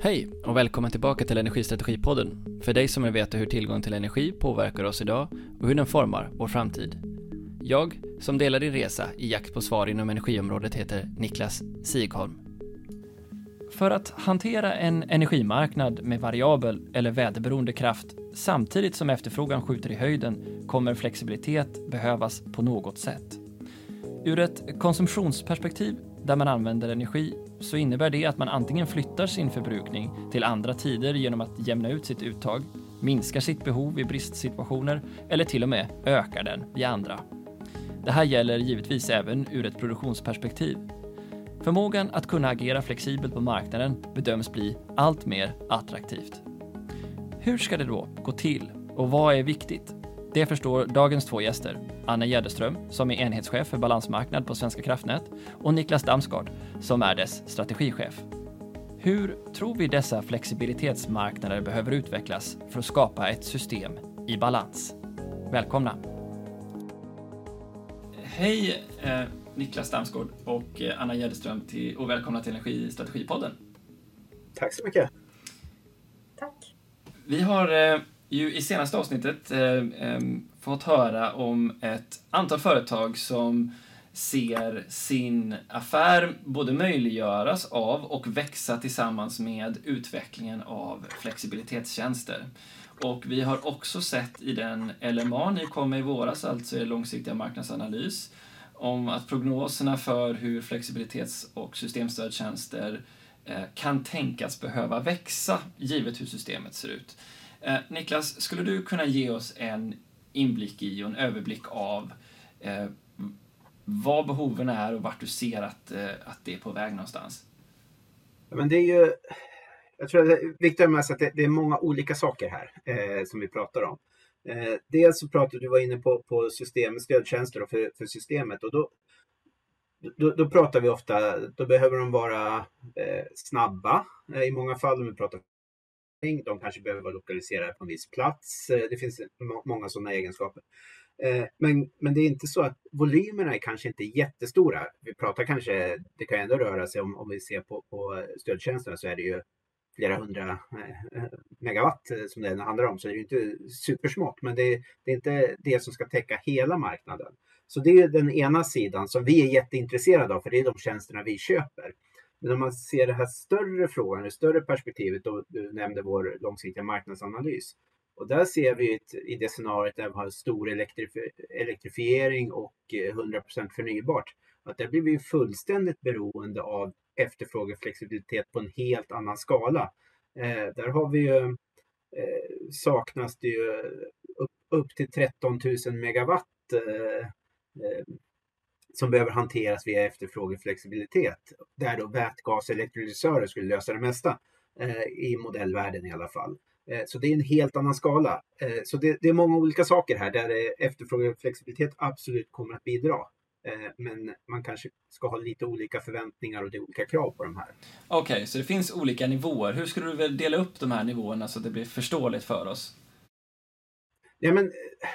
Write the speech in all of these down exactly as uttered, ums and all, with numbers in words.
Hej och välkommen tillbaka till Energistrategipodden. För dig som vill veta hur tillgång till energi påverkar oss idag och hur den formar vår framtid. Jag som delar din resa i jakt på svar inom energiområdet heter Niklas Sigholm. För att hantera en energimarknad med variabel eller väderberoende kraft samtidigt som efterfrågan skjuter i höjden kommer flexibilitet behövas på något sätt. Ur ett konsumtionsperspektiv där man använder energi så innebär det att man antingen flyttar sin förbrukning till andra tider genom att jämna ut sitt uttag, minskar sitt behov i bristsituationer eller till och med ökar den vid andra. Det här gäller givetvis även ur ett produktionsperspektiv. Förmågan att kunna agera flexibelt på marknaden bedöms bli allt mer attraktivt. Hur ska det då gå till och vad är viktigt? Det förstår dagens två gäster, Anna Gäderström som är enhetschef för balansmarknad på Svenska kraftnät och Niklas Damsgaard som är dess strategichef. Hur tror vi dessa flexibilitetsmarknader behöver utvecklas för att skapa ett system i balans? Välkomna! Hej eh, Niklas Damsgaard och eh, Anna Gäderström till, och välkomna till Energistrategipodden. Tack så mycket. Tack. Vi har eh, ju i senaste avsnittet eh, eh, fått höra om ett antal företag som ser sin affär både möjliggöras av och växa tillsammans med utvecklingen av flexibilitetstjänster. Och vi har också sett i den L M A ni kom med i våras, alltså långsiktiga marknadsanalys, om att prognoserna för hur flexibilitets- och systemstödtjänster eh, kan tänkas behöva växa givet hur systemet ser ut. Eh, Niklas, skulle du kunna ge oss en inblick i och en överblick av eh, vad behoven är och vart du ser att, eh, att det är på väg någonstans? Ja, men det är ju, jag tror att det är viktigt med att det, det är många olika saker här eh, som vi pratar om. Eh, dels så pratar du var inne på, på system, stödtjänster för, för systemet och då, då, då pratar vi ofta, då behöver de vara eh, snabba eh, i många fall om vi pratar. De kanske behöver vara lokaliserade på en viss plats. Det finns många sådana egenskaper. Men, men det är inte så att volymerna är kanske inte jättestora. Vi pratar kanske, det kan ändå röra sig om, om vi ser på, på stödtjänsterna så är det ju flera hundra megawatt som det handlar om. Så det är ju inte supersmått, men det, det är inte det som ska täcka hela marknaden. Så det är den ena sidan som vi är jätteintresserade av, för det är de tjänsterna vi köper. Men om man ser det här större frågan, det större perspektivet, och du nämnde vår långsiktiga marknadsanalys. Och där ser vi ett, i det scenariot där vi har stor elektrif- elektrifiering och hundra procent förnybart, att där blir vi fullständigt beroende av efterfrågeflexibilitet på en helt annan skala. Eh, där har vi ju, eh, saknas det ju upp, upp till tretton tusen megawatt eh, eh, som behöver hanteras via efterfrågeflexibilitet. Där då vätgaselektrolysörer skulle lösa det mesta eh, i modellvärlden i alla fall. Eh, så det är en helt annan skala. Eh, så det, det är många olika saker här där eh, efterfrågeflexibilitet absolut kommer att bidra. Eh, men man kanske ska ha lite olika förväntningar och det är olika krav på de här. Okej, okay, så det finns olika nivåer. Hur skulle du väl dela upp de här nivåerna så att det blir förståeligt för oss? Ja, men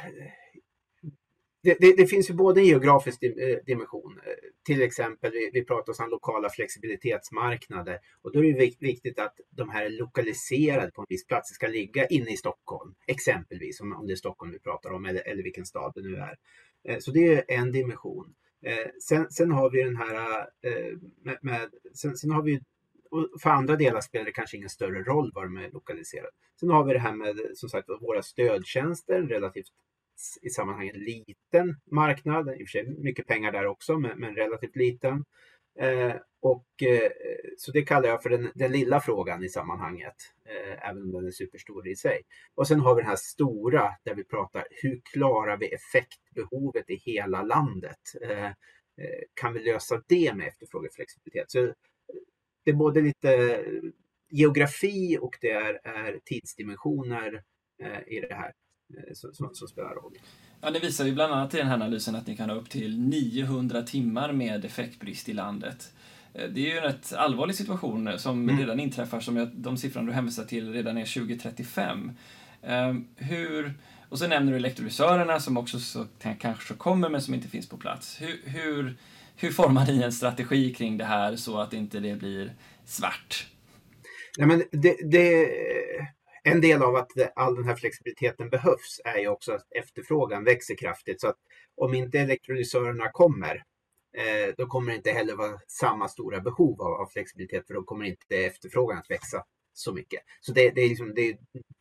Det, det, det finns ju både en geografisk dimension, till exempel vi, vi pratar om lokala flexibilitetsmarknader och då är det viktigt att de här är lokaliserade på en viss plats, det ska ligga inne i Stockholm, exempelvis om, om det är Stockholm vi pratar om eller, eller vilken stad det nu är. Så det är en dimension. Sen, sen har vi den här, med, med, sen, sen har vi för andra delar spelar det kanske ingen större roll var de är lokaliserade. Sen har vi det här med som sagt våra stödtjänster, relativt i sammanhanget liten marknad, i och för sig mycket pengar där också, men, men relativt liten. Eh, och eh, så det kallar jag för den, den lilla frågan i sammanhanget, eh, även om den är superstor i sig. Och sen har vi den här stora där vi pratar, hur klarar vi effektbehovet i hela landet? Eh, eh, kan vi lösa det med efterfrågeflexibilitet? Så det är både lite geografi och det är, är tidsdimensioner eh, i det här. Som, som, som spelar roll. Ja, det visar ju bland annat i den här analysen att ni kan ha upp till niohundra timmar med effektbrist i landet. Det är ju en rätt allvarlig situation som mm. redan inträffar, som jag, de siffror du hänvisar till redan är tjugo trettiofem. Um, hur, och så nämner du elektrolysörerna som också så, kanske kommer men som inte finns på plats. Hur, hur, hur formar ni en strategi kring det här så att inte det blir svart? Nej, men det, det, en del av att all den här flexibiliteten behövs är ju också att efterfrågan växer kraftigt. Så att om inte elektrolysörerna kommer, eh, då kommer det inte heller vara samma stora behov av, av flexibilitet, för då kommer inte efterfrågan att växa så mycket. Så det, det är liksom, det,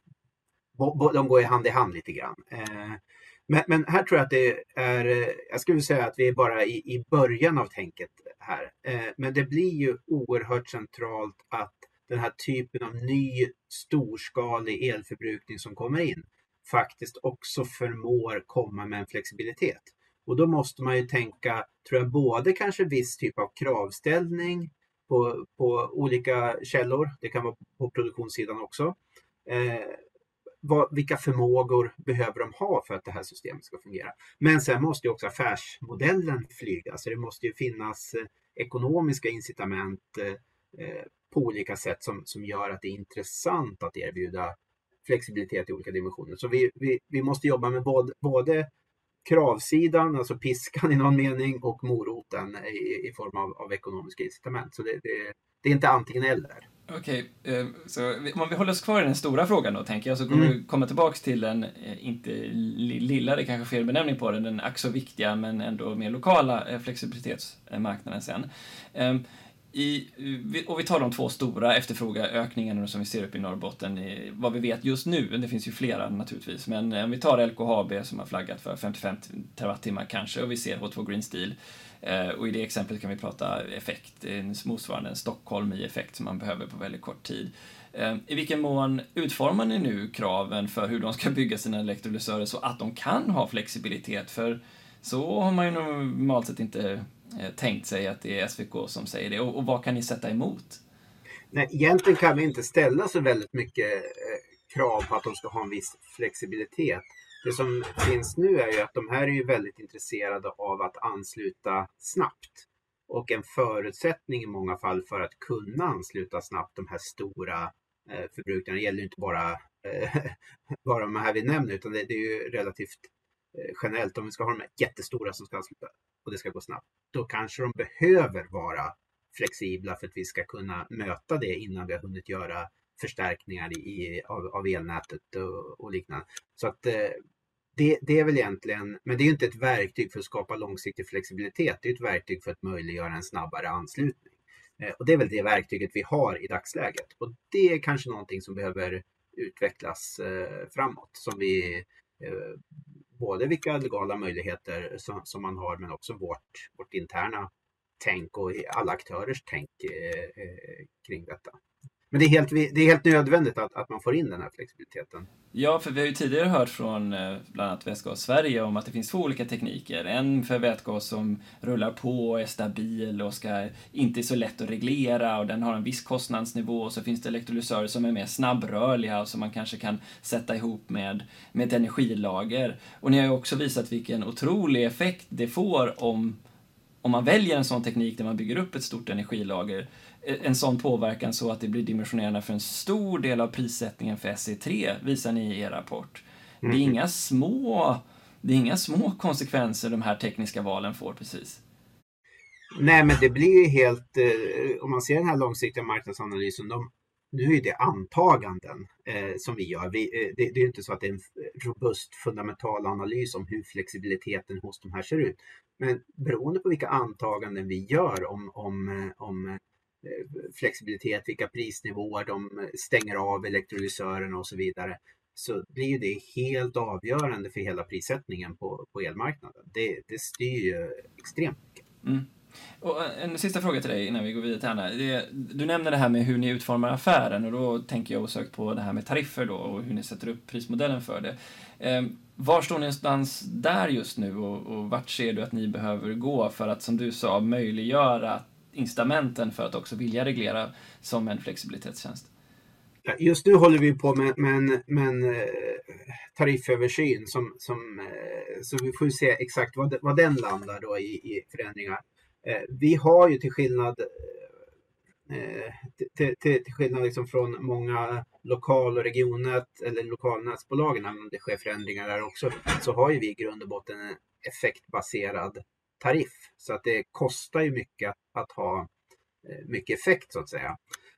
de går ju hand i hand lite grann. Eh, men, men här tror jag att det är, jag skulle säga att vi är bara i, i början av tänket här. Eh, men det blir ju oerhört centralt att den här typen av ny storskalig elförbrukning som kommer in faktiskt också förmår komma med en flexibilitet. Och då måste man ju tänka, tror jag, både kanske viss typ av kravställning på, på olika källor. Det kan vara på produktionssidan också. Eh, vad, vilka förmågor behöver de ha för att det här systemet ska fungera? Men sen måste ju också affärsmodellen flyga. Så det måste ju finnas eh, ekonomiska incitament eh, på olika sätt som, som gör att det är intressant att erbjuda flexibilitet i olika dimensioner. Så vi, vi, vi måste jobba med både, både kravsidan, alltså piskan i någon mening, och moroten i, i form av, av ekonomiska incitament. Så det, det, det är inte antingen eller. Okej, okay, så om vi håller oss kvar i den stora frågan då, tänker jag, så kommer mm. vi komma tillbaka till den, inte lilla, det kanske fel benämning på den, den ack så viktiga men ändå mer lokala flexibilitetsmarknaden sen. I, och vi tar de två stora efterfrågeökningarna som vi ser upp i Norrbotten, vad vi vet just nu, det finns ju flera naturligtvis, men om vi tar L K A B som har flaggat för femtiofem terawattimmar kanske, och vi ser H två Green Steel, och i det exemplet kan vi prata effekt, motsvarande en Stockholm i effekt som man behöver på väldigt kort tid. I vilken mån utformar ni nu kraven för hur de ska bygga sina elektrolysörer så att de kan ha flexibilitet? För så har man ju normalt sett inte tänkt sig att det är S V K som säger det. Och, och vad kan ni sätta emot? Nej, egentligen kan vi inte ställa så väldigt mycket eh, krav på att de ska ha en viss flexibilitet. Det som finns nu är ju att de här är ju väldigt intresserade av att ansluta snabbt. Och en förutsättning i många fall för att kunna ansluta snabbt de här stora eh, förbrukarna gäller ju inte bara, eh, bara de här vi nämner, utan det, det är ju relativt eh, generellt. Om vi ska ha de här jättestora som ska ansluta och det ska gå snabbt, då kanske de behöver vara flexibla för att vi ska kunna möta det innan vi har hunnit göra förstärkningar i, av, av elnätet och, och liknande. Så att eh, det, det är väl egentligen, men det är ju inte ett verktyg för att skapa långsiktig flexibilitet, det är ett verktyg för att möjliggöra en snabbare anslutning. Eh, och det är väl det verktyget vi har i dagsläget. Och det är kanske någonting som behöver utvecklas eh, framåt, som vi eh, både vilka legala möjligheter som, som man har, men också vårt, vårt interna tänk och alla aktörers tänk eh, eh, kring detta. Men det är helt, det är helt nödvändigt att, att man får in den här flexibiliteten. Ja, för vi har ju tidigare hört från bland annat Västgas Sverige om att det finns två olika tekniker. En för vätgas som rullar på och är stabil och ska inte är så lätt att reglera och den har en viss kostnadsnivå. Och så finns det elektrolysörer som är mer snabbrörliga och som man kanske kan sätta ihop med, med ett energilager. Och ni har ju också visat vilken otrolig effekt det får om, om man väljer en sån teknik där man bygger upp ett stort energilager. En sån påverkan så att det blir dimensionerande för en stor del av prissättningen för S E tre, visar ni i er rapport. Mm. Det är inga små, det är inga små konsekvenser de här tekniska valen får precis. Nej, men det blir ju helt, om man ser den här långsiktiga marknadsanalysen, de, nu är det antaganden eh, som vi gör. Vi, det, det är ju inte så att det är en robust fundamental analys om hur flexibiliteten hos de här ser ut. Men beroende på vilka antaganden vi gör om, om, om flexibilitet, vilka prisnivåer de stänger av elektrolysörerna och så vidare, så blir ju det helt avgörande för hela prissättningen på, på elmarknaden. Det, det styr ju extremt mycket. Mm. Och en sista fråga till dig innan vi går vidare till Anna. Det, du nämner det här med hur ni utformar affären, och då tänker jag osökt på det här med tariffer då och hur ni sätter upp prismodellen för det. Eh, var står ni någonstans där just nu och, och vart ser du att ni behöver gå för att, som du sa, möjliggöra incitamenten för att också vilja reglera som en flexibilitetstjänst? Just nu håller vi på med, med, en, med en tarifföversyn som, som, så vi får se exakt vad, vad den landar då i, i förändringar. Vi har ju till skillnad till, till, till skillnad liksom från många lokal- och regionnät eller lokalnätsbolagen, när det sker förändringar där också, så har ju vi i grund och botten en effektbaserad tariff. Så att det kostar ju mycket att, att ha mycket effekt så att säga.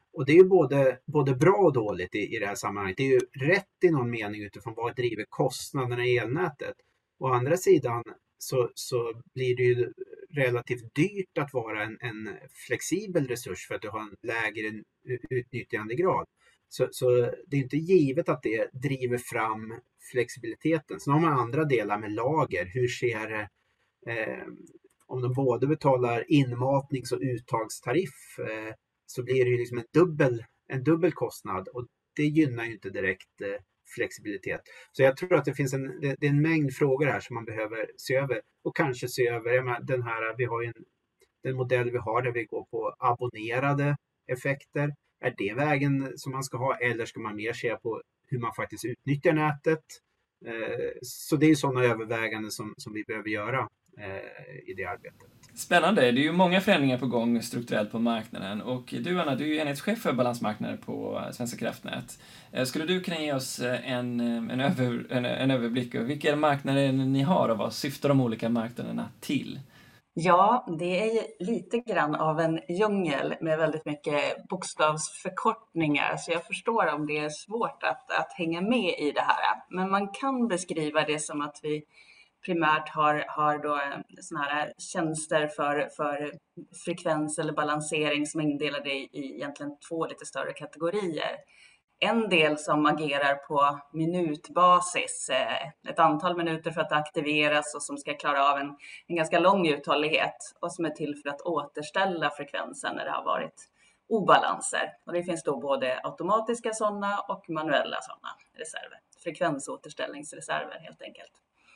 Och det är ju både, både bra och dåligt i, i det här sammanhanget. Det är ju rätt i någon mening utifrån vad driver kostnaderna i elnätet. Å andra sidan så, så blir det ju relativt dyrt att vara en, en flexibel resurs för att du har en lägre utnyttjandegrad. Så, så det är inte givet att det driver fram flexibiliteten. Sen har man andra delar med lager. Hur ser eh, om de både betalar inmatnings- och uttagstariff eh, så blir det ju liksom en dubbel, en dubbel kostnad och det gynnar ju inte direkt eh, flexibilitet. Så jag tror att det finns en, det, det är en mängd frågor här som man behöver se över och kanske se över. Jag menar, den här, vi har ju en, den modell vi har där vi går på abonnerade effekter. Är det vägen som man ska ha eller ska man mer se på hur man faktiskt utnyttjar nätet? Eh, så det är ju sådana överväganden som, som vi behöver göra eh, i det arbetet. Spännande. Det är ju många förändringar på gång strukturellt på marknaden. Och du, Anna, du är ju enhetschef för balansmarknaden på Svenska kraftnät. Skulle du kunna ge oss en, en, över, en, en överblick över vilka marknader ni har och vad syftar de olika marknaderna till? Ja, det är ju lite grann av en djungel med väldigt mycket bokstavsförkortningar. Så jag förstår om det är svårt att, att hänga med i det här. Men man kan beskriva det som att vi primärt har, har då såna här tjänster för, för frekvens eller balansering som är indelade i, i egentligen två lite större kategorier. En del som agerar på minutbasis, ett antal minuter för att aktiveras och som ska klara av en, en ganska lång uthållighet och som är till för att återställa frekvensen när det har varit obalanser. Och det finns då både automatiska sådana och manuella sådana reserver, frekvensåterställningsreserver helt enkelt.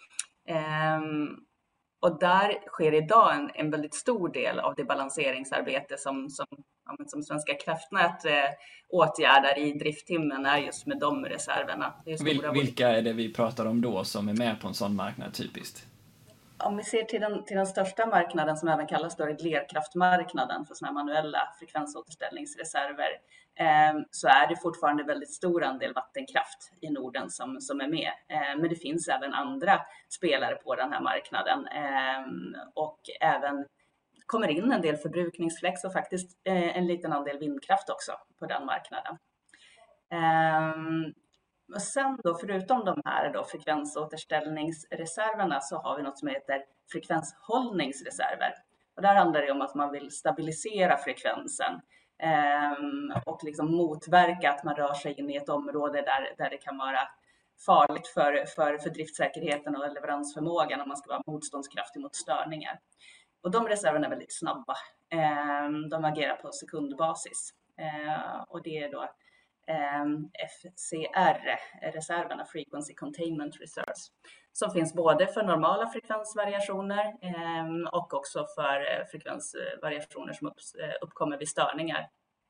Um, och där sker idag en, en väldigt stor del av det balanseringsarbete som, som, som Svenska kraftnät eh, åtgärdar i drifttimmen är just med de reserverna. Det är stora Vil, vilka är det vi pratar om då som är med på en sån marknad typiskt? Om vi ser till den, till den största marknaden som även kallas då reglerkraftmarknaden för såna här manuella frekvensåterställningsreserver eh, så är det fortfarande väldigt stor andel vattenkraft i Norden som, som är med. Eh, men det finns även andra spelare på den här marknaden eh, och även kommer in en del förbrukningsflex och faktiskt eh, en liten andel vindkraft också på den marknaden. Eh, Och sen då, förutom de här då frekvensåterställningsreserverna så har vi något som heter frekvenshållningsreserver. Och där handlar det om att man vill stabilisera frekvensen eh, och liksom motverka att man rör sig in i ett område där, där det kan vara farligt för, för, för driftsäkerheten och leveransförmågan om man ska vara motståndskraftig mot störningar. Och de reserverna är väldigt snabba. Eh, de agerar på sekundbasis. Eh, och det är då F C R-reserverna, Frequency Containment Reserves, som finns både för normala frekvensvariationer och också för frekvensvariationer som uppkommer vid störningar.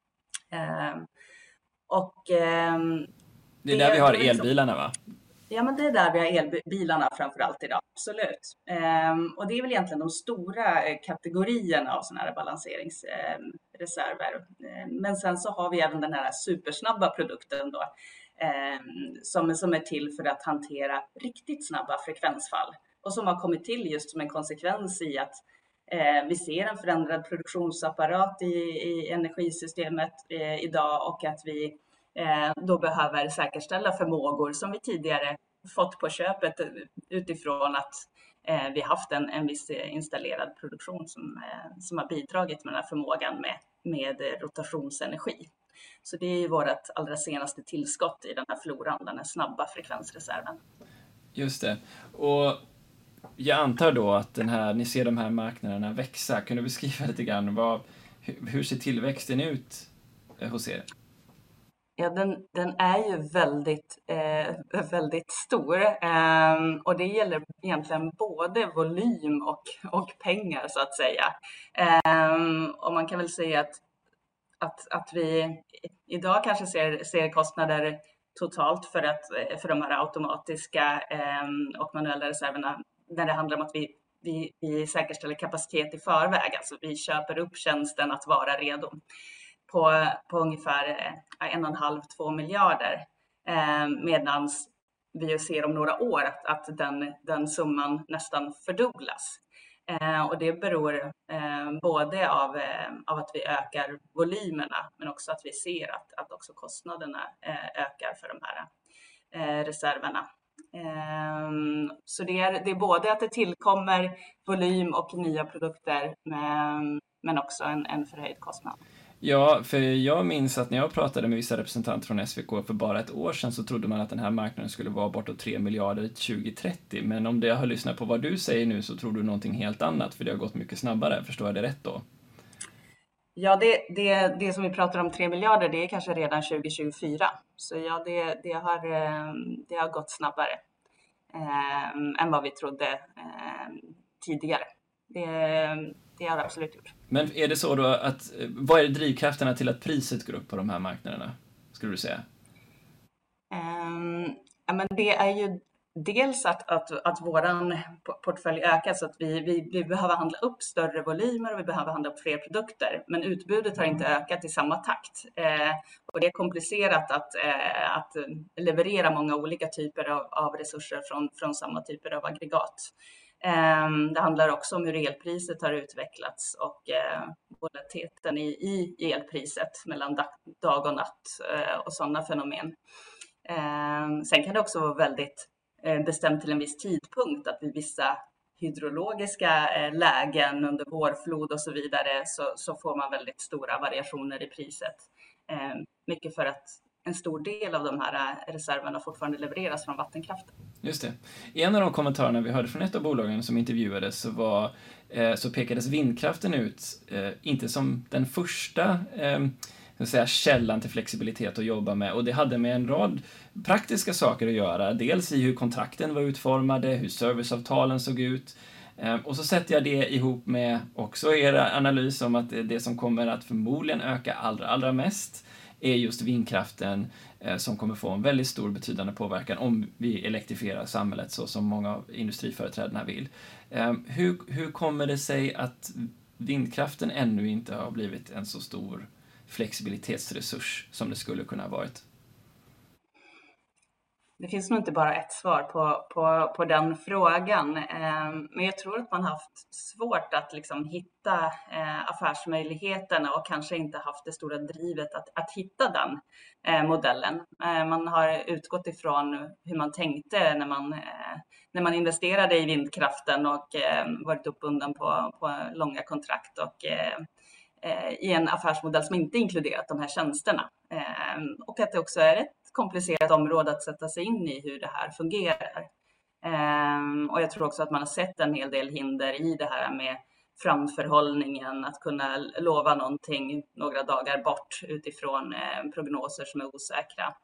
Och det är det, där vi har elbilarna, va? Ja, men det är där vi har elbilarna framförallt idag, absolut. Um, och det är väl egentligen de stora kategorierna av sådana här balanseringsreserver. Um, men sen så har vi även den här supersnabba produkten då, um, som, som är till för att hantera riktigt snabba frekvensfall. Och som har kommit till just som en konsekvens i att uh, vi ser en förändrad produktionsapparat i, i energisystemet uh, idag och att vi då behöver säkerställa förmågor som vi tidigare fått på köpet utifrån att vi haft en, en viss installerad produktion som, som har bidragit med den här förmågan med, med rotationsenergi. Så det är ju vårt allra senaste tillskott i den här floran, den här snabba frekvensreserven. Just det. Och jag antar då att den här, ni ser de här marknaderna växa. Kan du beskriva lite grann vad, hur ser tillväxten ut hos er? Ja, den, den är ju väldigt, eh, väldigt stor eh, och det gäller egentligen både volym och, och pengar så att säga. Eh, och man kan väl säga att, att, att vi idag kanske ser, ser kostnader totalt för, att, för de här automatiska eh, och manuella reserverna när det handlar om att vi, vi, vi säkerställer kapacitet i förväg. Alltså vi köper upp tjänsten att vara redo. På, på ungefär en och en halv, två miljarder. Eh, medan vi ser om några år att, att den, den summan nästan fördubblas. Eh, och det beror eh, både av, eh, av att vi ökar volymerna, men också att vi ser att, att också kostnaderna eh, ökar för de här eh, reserverna. Eh, så det är, det är både att det tillkommer volym och nya produkter, men, men också en, en förhöjd kostnad. Ja, för jag minns att när jag pratade med vissa representanter från S V K för bara ett år sedan så trodde man att den här marknaden skulle vara bortåt tre miljarder tjugo trettio. Men om det jag har lyssnat på vad du säger nu så tror du någonting helt annat, för det har gått mycket snabbare. Förstår jag det rätt då? Ja, det, det, det som vi pratar om tre miljarder, det är kanske redan tjugo tjugofyra. Så ja, det, det, har, det har gått snabbare eh, än vad vi trodde eh, tidigare. Det, det har det absolut gjort. Men är det så då att, vad är drivkrafterna till att priset går upp på de här marknaderna, skulle du säga? Um, ja, men det är ju dels att, att, att våran portfölj ökar, så att vi, vi, vi behöver handla upp större volymer och vi behöver handla upp fler produkter. Men utbudet har inte ökat i samma takt. Eh, och det är komplicerat att, eh, att leverera många olika typer av, av resurser från, från samma typer av aggregat. Det handlar också om hur elpriset har utvecklats och volatiliteten i, i elpriset mellan dag och natt och sådana fenomen. Sen kan det också vara väldigt bestämt till en viss tidpunkt att vid vissa hydrologiska lägen under vårflod och så vidare så, så får man väldigt stora variationer i priset. Mycket för att en stor del av de här reserverna fortfarande levereras från vattenkraften. Just det. I en av de kommentarerna vi hörde från ett av bolagen som intervjuades så, var, eh, så pekades vindkraften ut, eh, inte som den första eh, så att säga, källan till flexibilitet att jobba med. Och det hade med en rad praktiska saker att göra. Dels i hur kontrakten var utformade, hur serviceavtalen såg ut. Eh, och så sätter jag det ihop med också era analys om att det som kommer att förmodligen öka allra, allra mest är just vindkraften eh, som kommer få en väldigt stor betydande påverkan om vi elektrifierar samhället så som många av industriföreträdarna vill. Eh, hur, hur kommer det sig att vindkraften ännu inte har blivit en så stor flexibilitetsresurs som det skulle kunna ha varit? Det finns nog inte bara ett svar på, på, på den frågan, men jag tror att man har haft svårt att liksom hitta affärsmöjligheterna och kanske inte haft det stora drivet att, att hitta den modellen. Man har utgått ifrån hur man tänkte när man, när man investerade i vindkraften och varit uppbunden på, på långa kontrakt och i en affärsmodell som inte inkluderat de här tjänsterna. Och att det också är ett komplicerat område att sätta sig in i hur det här fungerar. Och jag tror också att man har sett en hel del hinder i det här med framförhållningen, att kunna lova någonting några dagar bort utifrån prognoser som är osäkra.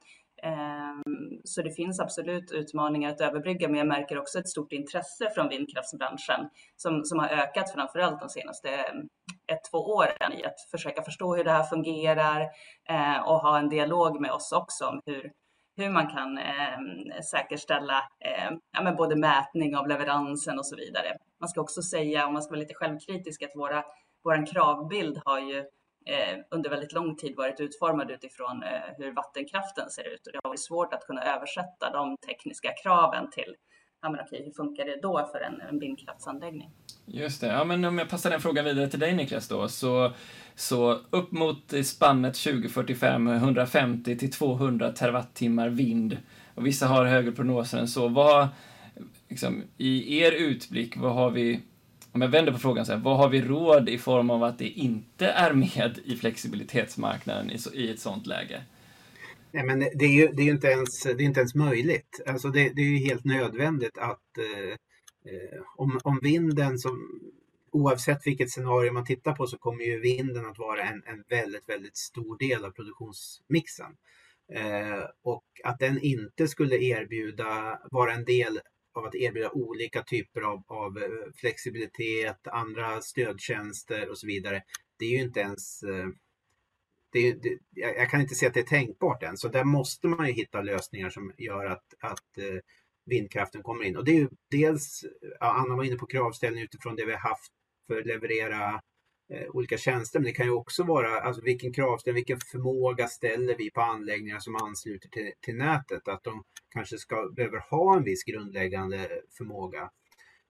Så det finns absolut utmaningar att överbrygga, men jag märker också ett stort intresse från vindkraftsbranschen som, som har ökat framförallt de senaste ett, två åren i att försöka förstå hur det här fungerar och ha en dialog med oss också om hur, hur man kan eh, säkerställa eh, ja, men både mätning av leveransen och så vidare. Man ska också säga, om man ska vara lite självkritisk, att våra, vår kravbild har ju eh, under väldigt lång tid varit utformad utifrån eh, hur vattenkraften ser ut. Och det har varit svårt att kunna översätta de tekniska kraven till ja, men okej, hur funkar det då för en, en vindkraftsanläggning? Just det. Ja, men om jag passar den frågan vidare till dig, Niklas, då, så, så upp mot spannet tjugo fyrtiofem, hundrafemtio till tvåhundra terawattimmar vind. Och vissa har högre prognoser än så. Vad, liksom, i er utblick, vad har vi, om jag vänder på frågan så här, vad har vi råd i form av att det inte är med i flexibilitetsmarknaden i, i ett sånt läge? Nej, men det är ju, det är ju inte, ens, det är inte ens möjligt. Alltså det, det är ju helt nödvändigt att eh, om, om vinden, som, oavsett vilket scenario man tittar på, så kommer ju vinden att vara en, en väldigt, väldigt stor del av produktionsmixen. Eh, och att den inte skulle erbjuda, vara en del av att erbjuda olika typer av, av flexibilitet, andra stödtjänster och så vidare. Det är ju inte ens... Eh, Det, det, jag kan inte se att det är tänkbart än. Så där måste man ju hitta lösningar som gör att, att eh, vindkraften kommer in. Och det är ju dels, ja, Anna var inne på kravställning utifrån det vi har haft för att leverera eh, olika tjänster. Men det kan ju också vara, alltså vilken kravställning, vilken förmåga ställer vi på anläggningar som ansluter till, till nätet. Att de kanske ska, behöver ha en viss grundläggande förmåga.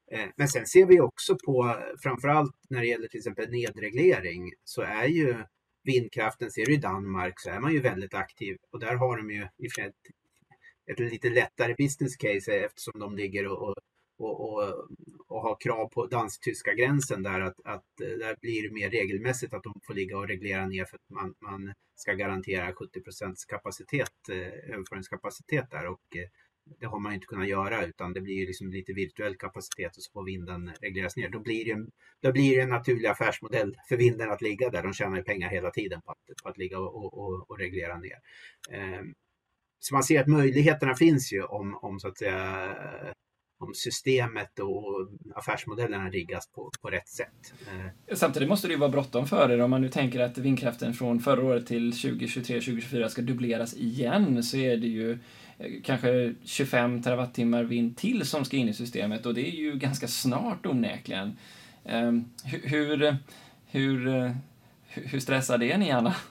Men sen ser vi också på, framförallt när det gäller till exempel nedreglering, så är ju vindkraften, ser du i Danmark, så är man ju väldigt aktiv. Och där har de ju i och för sig ett, ett lite lättare business case, eftersom de ligger och, och, och, och, och har krav på dansk-tyska gränsen där, att, att där blir det mer regelmässigt att de får ligga och reglera ner för att man, man ska garantera sjuttio procent kapacitet, överföringskapacitet där, och det har man inte kunnat göra, utan det blir liksom lite virtuell kapacitet och så får vinden regleras ner. Då blir det en, då blir det en naturlig affärsmodell för vinden att ligga där. De tjänar ju pengar hela tiden på att, på att ligga och, och, och reglera ner. Eh, så man ser att möjligheterna finns ju om, om så att säga, om systemet och affärsmodellerna riggas på, på rätt sätt. Eh. Samtidigt måste det ju vara bråttom för er. Om man nu tänker att vindkraften från förra året till tjugo tjugotre tjugo tjugofyra ska dubbleras igen, så är det ju kanske tjugofem terawattimmar vind till som ska in i systemet, och det är ju ganska snart onekligen. Um, hur, hur, hur stressade är ni, Anna?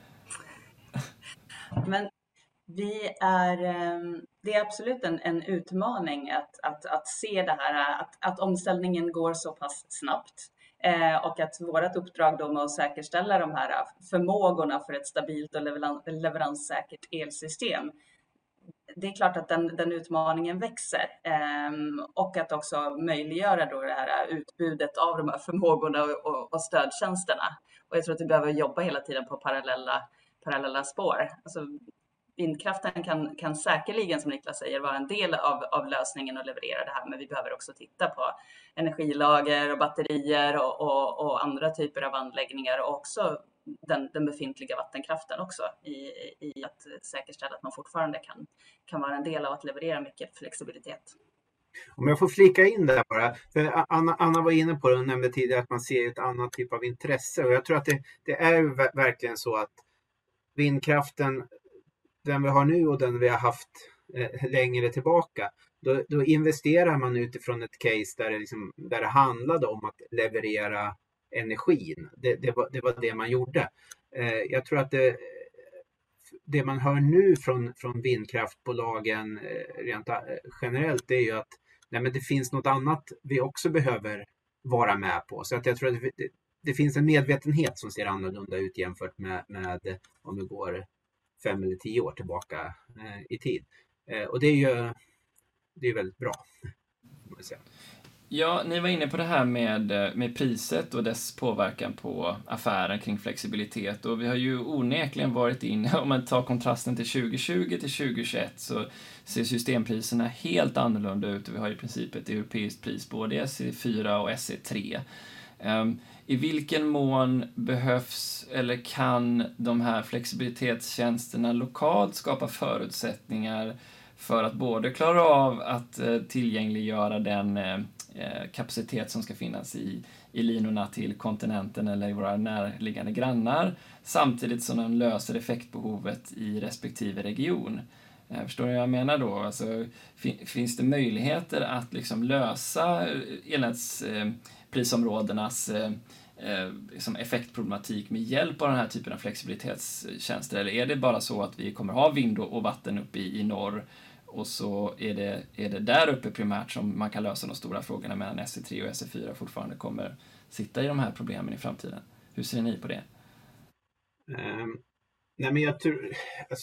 Men vi är, det är absolut en, en utmaning att, att, att se det här, att, att omställningen går så pass snabbt. Eh, och att vårt uppdrag då med att säkerställa de här förmågorna för ett stabilt och leverans, leveranssäkert elsystem, det är klart att den, den utmaningen växer, eh, och att också möjliggöra då det här utbudet av de här förmågorna och, och, och stödtjänsterna. Och jag tror att vi behöver jobba hela tiden på parallella, parallella spår. Alltså, vindkraften kan, kan säkerligen, som Niklas säger, vara en del av, av lösningen och leverera det här. Men vi behöver också titta på energilager och batterier och, och, och andra typer av anläggningar, och också den, den befintliga vattenkraften också i, i att säkerställa att man fortfarande kan, kan vara en del av att leverera mycket flexibilitet. Om jag får flika in där bara, för Anna, Anna var inne på det och nämnde tidigare att man ser ett annat typ av intresse, och jag tror att det, det är verkligen så att vindkraften, den vi har nu och den vi har haft eh, längre tillbaka, då, då investerar man utifrån ett case där det, liksom, där det handlade om att leverera energin. Det, det, var, det var det man gjorde. Eh, jag tror att det, det man hör nu från, från vindkraftbolagen eh, rent eh, generellt, det är ju att nej, men det finns något annat vi också behöver vara med på. Så att jag tror att det, det, det finns en medvetenhet som ser annorlunda ut jämfört med, med om vi går fem eller tio år tillbaka eh, i tid. Eh, och det är ju det är väldigt bra. Ja, ni var inne på det här med, med priset och dess påverkan på affären kring flexibilitet, och vi har ju onekligen varit inne, om man tar kontrasten till tjugo tjugo till tjugo tjugoett, så ser systempriserna helt annorlunda ut. Vi har i princip ett europeiskt pris både S E fyra och S E tre. Um, I vilken mån behövs eller kan de här flexibilitetstjänsterna lokalt skapa förutsättningar för att både klara av att eh, tillgängliggöra den eh, kapacitet som ska finnas i, i linorna till kontinenten eller i våra närliggande grannar, samtidigt som de löser effektbehovet i respektive region? Eh, förstår ni vad jag menar då? Alltså, fin- finns det möjligheter att liksom lösa elnätsprisområdenas eh, eh, liksom effektproblematik med hjälp av den här typen av flexibilitetstjänster, eller är det bara så att vi kommer ha vind och vatten uppe i, i norr, och så är det, är det där uppe primärt som man kan lösa de stora frågorna, medan S E tre och S E fyra fortfarande kommer sitta i de här problemen i framtiden? Hur ser ni på det? Um, nej men jag tror, alltså,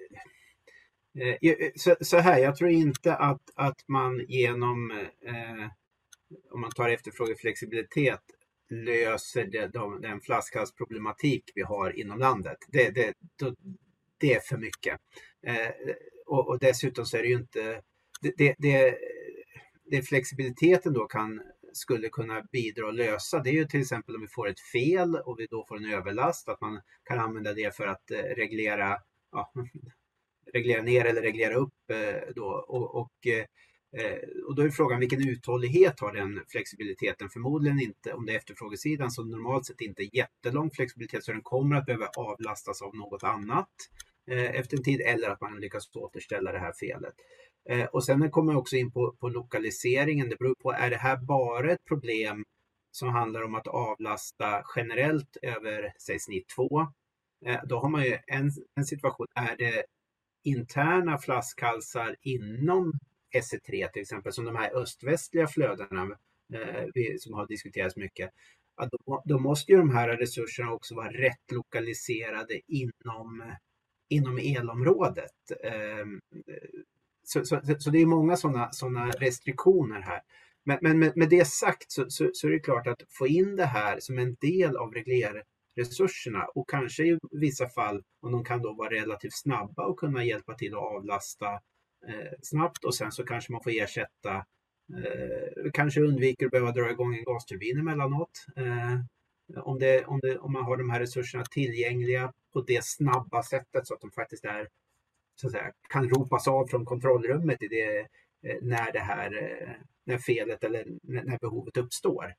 eh, så, så här, jag tror inte att, att man genom, eh, om man tar efterfrågeflexibilitet, löser det, de, den flaskhalsproblematik vi har inom landet. Det, det, det är för mycket. Eh, och, och dessutom så är det ju inte, det, det, det, det flexibiliteten då kan, skulle kunna bidra och lösa, det är ju till exempel om vi får ett fel och vi då får en överlast, att man kan använda det för att eh, reglera, ja, reglera ner eller reglera upp eh, då, och, och eh, och då är frågan, vilken uthållighet har den flexibiliteten? Förmodligen inte, om det är efterfrågesidan, så normalt sett inte jättelång flexibilitet, så den kommer att behöva avlastas av något annat eh, efter en tid, eller att man lyckas återställa det här felet. Eh, och sen kommer jag också in på, på lokaliseringen. Det beror på, är det här bara ett problem som handlar om att avlasta generellt över, säg snitt två? Eh, då har man ju en, en situation, är det interna flaskhalsar inom S E tre till exempel, som de här öst-västliga flödena eh, vi, som har diskuterats mycket, att då, då måste ju de här resurserna också vara rätt lokaliserade inom, inom elområdet. Eh, så, så, så det är många sådana såna restriktioner här. Men, men med, med det sagt så, så, så är det klart att få in det här som en del av reglerresurserna, och kanske i vissa fall, om de kan då vara relativt snabba och kunna hjälpa till att avlasta eh, snabbt, och sen så kanske man får ersätta, eh, kanske undviker att behöva dra igång en gasturbin emellanåt. Eh, om, det, om, det, om man har de här resurserna tillgängliga på det snabba sättet så att de faktiskt är, så att säga, kan ropas av från kontrollrummet i det, eh, när det här eh, när felet eller när behovet uppstår.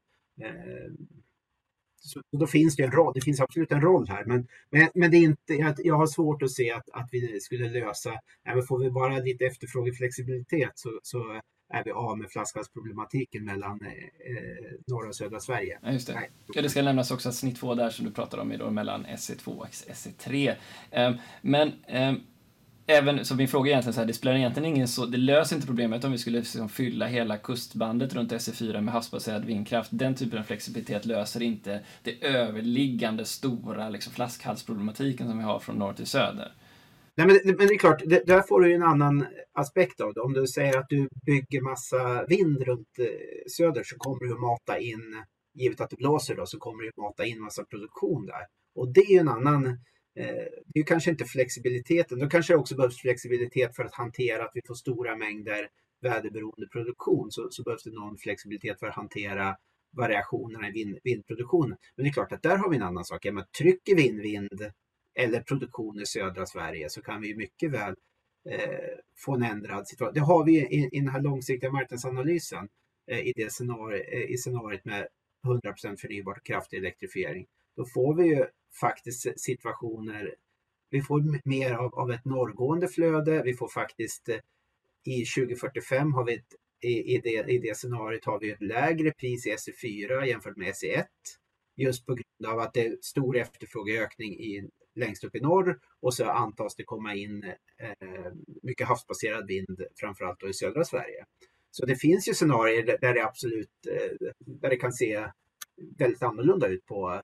Så då finns det en roll, det finns absolut en roll här, men, men, men det är inte, jag har svårt att se att, att vi skulle lösa, nej, men får vi bara lite efterfrågeflexibilitet så, så är vi av med flaskhalsproblematiken mellan eh, norra och södra Sverige. Ja, just det. Nej. Ja, det ska nämnas också att snitt två där som du pratar om är då mellan S E två och S E tre. Um, men um, Även, så min fråga är egentligen så här, det spelar egentligen ingen så, det löser inte problemet om vi skulle liksom fylla hela kustbandet runt S E fyra med havsbaserad vindkraft. Den typen av flexibilitet löser inte det överliggande stora liksom, flaskhalsproblematiken som vi har från norr till söder. Nej, men, men det är klart, det, där får du ju en annan aspekt av det. Om du säger att du bygger massa vind runt eh, söder, så kommer du att mata in, givet att det blåser då, så kommer du att mata in massa produktion där. Och det är ju en annan, det är ju kanske inte flexibiliteten. Då kanske det också behövs flexibilitet för att hantera att vi får stora mängder väderberoende produktion. Så, så behövs det någon flexibilitet för att hantera variationerna i vind, vindproduktionen. Men det är klart att där har vi en annan sak. Men trycker vi in vind eller produktion i södra Sverige, så kan vi ju mycket väl eh, få en ändrad situation. Det har vi i, i den här långsiktiga marknadsanalysen eh, i, det scenari- eh, i scenariot med hundra procent förnybart och kraftig elektrifiering. Då får vi ju faktiskt situationer, vi får mer av, av ett norrgående flöde, vi får faktiskt eh, i tjugo fyrtiofem har vi ett, i, i, det, i det scenariot har vi ett lägre pris i S E fyra jämfört med S E ett, just på grund av att det är stor efterfrågeökning i, längst upp i norr, och så antas det komma in eh, mycket havsbaserad vind, framförallt då i södra Sverige. Så det finns ju scenarier där, där det absolut eh, där det kan se väldigt annorlunda ut på.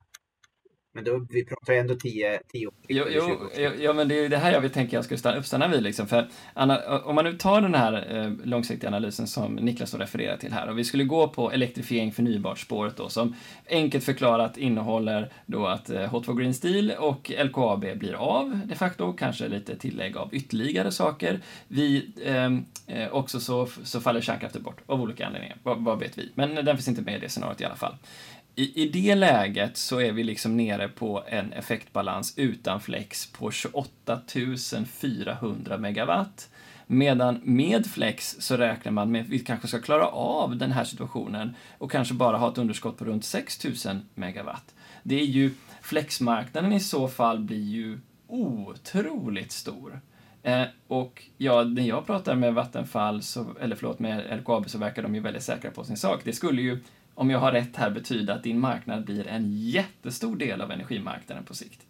Men då, vi pratar ändå tio, tio år. Jo, jo, jo, ja, men det är det här jag vill tänka jag skulle stanna, uppstanna vid. Liksom. För Anna, om man nu tar den här eh, långsiktiga analysen som Niklas refererar till här, och vi skulle gå på elektrifiering förnybart spåret då, som enkelt förklarat innehåller då att eh, H två Green Steel och L K A B blir av de facto, kanske lite tillägg av ytterligare saker. Vi, eh, också så, så faller kärnkraften bort av olika anledningar, vad, vad vet vi. Men den finns inte med i det scenariot i alla fall. I, I det läget så är vi liksom nere på en effektbalans utan flex på tjugoåtta tusen fyrahundra megawatt. Medan med flex så räknar man med att vi kanske ska klara av den här situationen och kanske bara ha ett underskott på runt sex tusen megawatt. Det är ju, flexmarknaden i så fall blir ju otroligt stor. Eh, och ja, när jag pratar med Vattenfall, så, eller förlåt med L K A B, så verkar de ju väldigt säkra på sin sak. Det skulle ju, om jag har rätt här, betyda att din marknad blir en jättestor del av energimarknaden på sikt.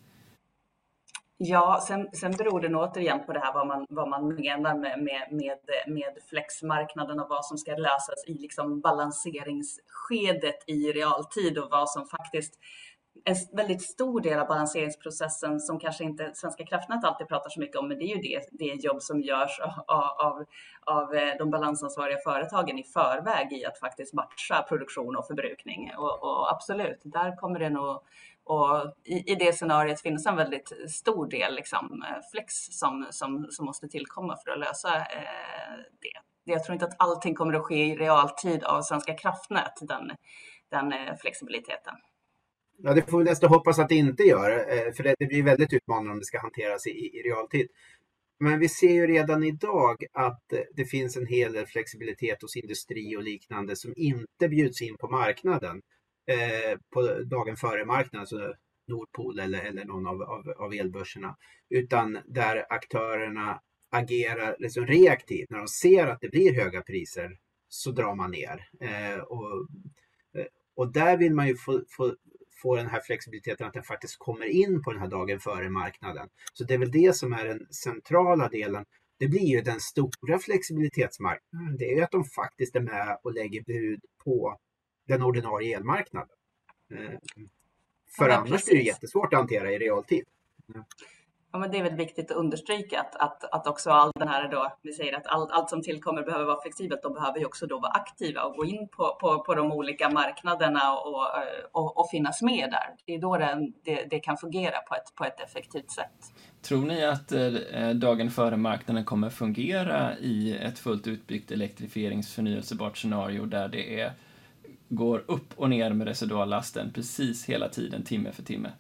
Ja, sen, sen beror det nog återigen på det här vad man, vad man menar med, med, med, med flexmarknaden och vad som ska lösas i liksom balanseringsskedet i realtid, och vad som faktiskt en väldigt stor del av balanseringsprocessen som kanske inte Svenska kraftnät alltid pratar så mycket om, men det är ju det, det jobb som görs av, av, av de balansansvariga företagen i förväg i att faktiskt matcha produktion och förbrukning. Och, och absolut, där kommer det nog, och i, i det scenariot finns en väldigt stor del liksom, flex som, som, som måste tillkomma för att lösa eh, det. Jag tror inte att allting kommer att ske i realtid av Svenska kraftnät, den, den eh, flexibiliteten. Ja, det får vi nästan hoppas att det inte gör, för det, det blir väldigt utmanande om det ska hanteras i, i realtid. Men vi ser ju redan idag att det finns en hel del flexibilitet hos industri och liknande som inte bjuds in på marknaden eh, på dagen före marknaden, alltså Nordpol eller, eller någon av, av, av elbörserna, utan där aktörerna agerar liksom reaktivt. När de ser att det blir höga priser så drar man ner. Eh, och, och där vill man ju få, få få den här flexibiliteten att den faktiskt kommer in på den här dagen före marknaden. Så det är väl det som är den centrala delen. det blir ju den stora flexibilitetsmarknaden. Det är ju att de faktiskt är med och lägger bud på den ordinarie elmarknaden. För Ja, annars precis. är det jättesvårt att hantera i realtid. Ja, men det är väl viktigt att understryka att, att, att också all den här då, vi säger att allt, allt som tillkommer behöver vara flexibelt, de behöver ju också då vara aktiva och gå in på, på, på de olika marknaderna och, och, och finnas med där. Det är då det, det, det kan fungera på ett, på ett effektivt sätt. Tror ni att eh, dagen före marknaden kommer fungera i ett fullt utbyggt elektrifieringsförnyelsebart scenario där det är, går upp och ner med residuallasten precis hela tiden, timme för timme?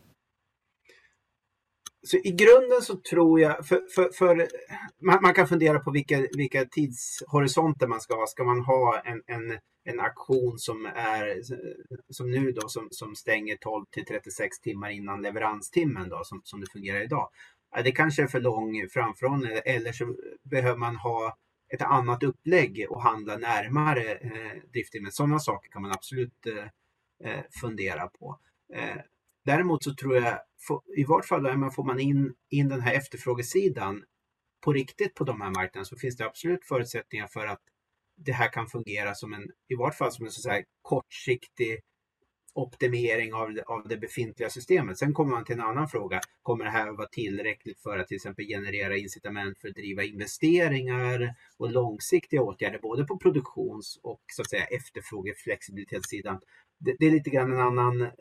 Så i grunden så tror jag, för, för, för man, man kan fundera på vilka, vilka tidshorisonter man ska ha. Ska man ha en, en, en aktion som är som nu då som, som stänger tolv till trettiosex timmar innan leveranstimmen då, som, som det fungerar idag. Det kanske är för lång framförhållning, eller så behöver man ha ett annat upplägg och handla närmare eh, drifttimmen. Sådana saker kan man absolut eh, fundera på. Eh, Däremot så tror jag, i vart fall får man in, in den här efterfrågesidan på riktigt på de här marknaderna, så finns det absolut förutsättningar för att det här kan fungera som en, i vart fall som en så här kortsiktig optimering av, av det befintliga systemet. Sen kommer man till en annan fråga. Kommer det här att vara tillräckligt för att till exempel generera incitament för att driva investeringar och långsiktiga åtgärder både på produktions- och så att säga efterfrågeflexibilitetssidan? Det, det är lite grann en annan... Eh,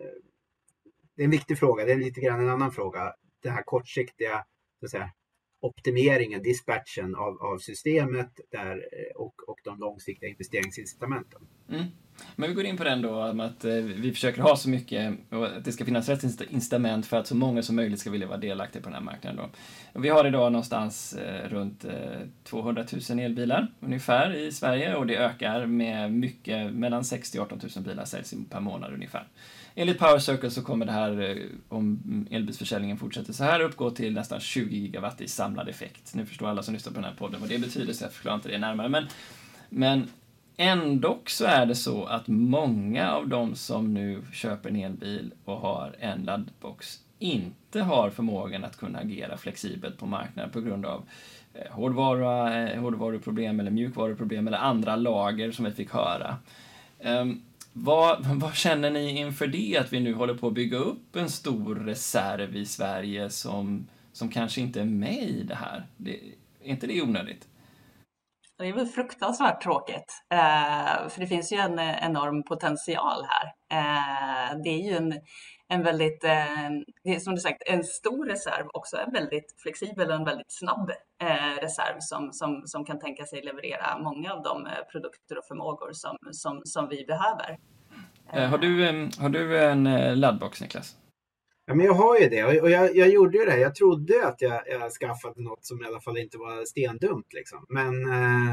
Det är en viktig fråga, det är lite grann en annan fråga. Den här kortsiktiga så att säga, optimeringen, dispatchen av, av systemet där, och, och de långsiktiga investeringsincitamenten. Mm. Men vi går in på den då, om att eh, vi försöker ha så mycket och att det ska finnas rätt incitament för att så många som möjligt ska vilja vara delaktiga på den här marknaden då. Och vi har idag någonstans eh, runt eh, tvåhundratusen elbilar ungefär i Sverige, och det ökar med mycket, mellan sextio till arton tusen bilar säljs per månad ungefär. Enligt Power Circle så kommer det här, om elbilsförsäljningen fortsätter så här, uppgå till nästan tjugo gigawatt i samlad effekt. Nu förstår alla som lyssnar på den här podden vad det betyder, så jag förklarar inte det närmare. Men, men ändå så är det så att många av de som nu köper en elbil och har en laddbox inte har förmågan att kunna agera flexibelt på marknaden på grund av eh, hårdvara, eh, hårdvaruproblem eller mjukvaruproblem eller andra lager som vi fick höra. Um, Vad, vad känner ni inför det, att vi nu håller på att bygga upp en stor reserv i Sverige som, som kanske inte är med i det här? Det, är inte det onödigt? Det är väl fruktansvärt tråkigt, eh, för det finns ju en enorm potential här. Eh, det är ju en, en väldigt, eh, det är som du sagt, en stor reserv, också en väldigt flexibel och en väldigt snabb eh, reserv som, som, som kan tänka sig leverera många av de eh, produkter och förmågor som, som, som vi behöver. Eh, har, du, eh, har du en eh, laddbox, Niklas? Ja, men jag har ju det, och jag, jag gjorde ju det. Jag trodde att jag, jag skaffade något som i alla fall inte var stendumt liksom. Men eh,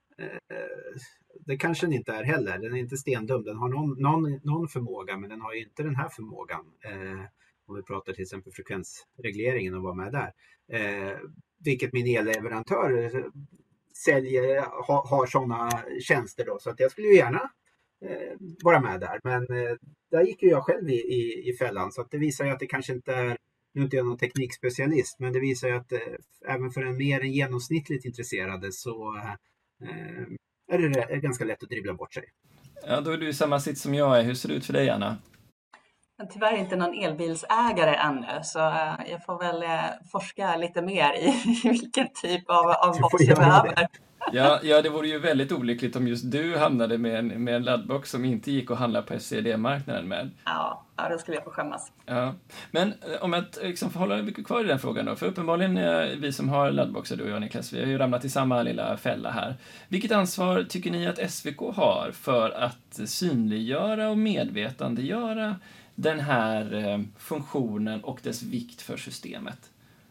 eh, det kanske den inte är heller. Den är inte stendum. Den har någon, någon, någon förmåga, men den har ju inte den här förmågan. Eh, om vi pratar till exempel frekvensregleringen och vad med där. Eh, vilket min elleverantör säljer, ha, har sådana tjänster då. Så att jag skulle ju gärna eh, vara med där. Men eh, där gick ju jag själv i, i, i fällan. Så att det visar ju att det kanske inte är, nu är inte jag någon teknikspecialist, men det visar ju att eh, även för en mer än genomsnittligt intresserade så eh, är det är ganska lätt att dribbla bort sig. Ja, då är du i samma sitt som jag är. Hur ser det ut för dig, Anna? Jag är tyvärr inte någon elbilsägare ännu, så jag får väl forska lite mer i vilken typ av, av box jag behöver. Det. Ja, ja, det vore ju väldigt olyckligt om just du hamnade med en, med en laddbox som inte gick att handla på S C D-marknaden med. Ja, ja, då skulle jag få skämmas. Ja. Men om jag liksom får hålla mycket kvar i den frågan då, för uppenbarligen vi som har laddboxar, du och jag, Niklas, vi har ju ramlat i samma lilla fälla här. Vilket ansvar tycker ni att S V K har för att synliggöra och medvetandegöra den här eh, funktionen och dess vikt för systemet?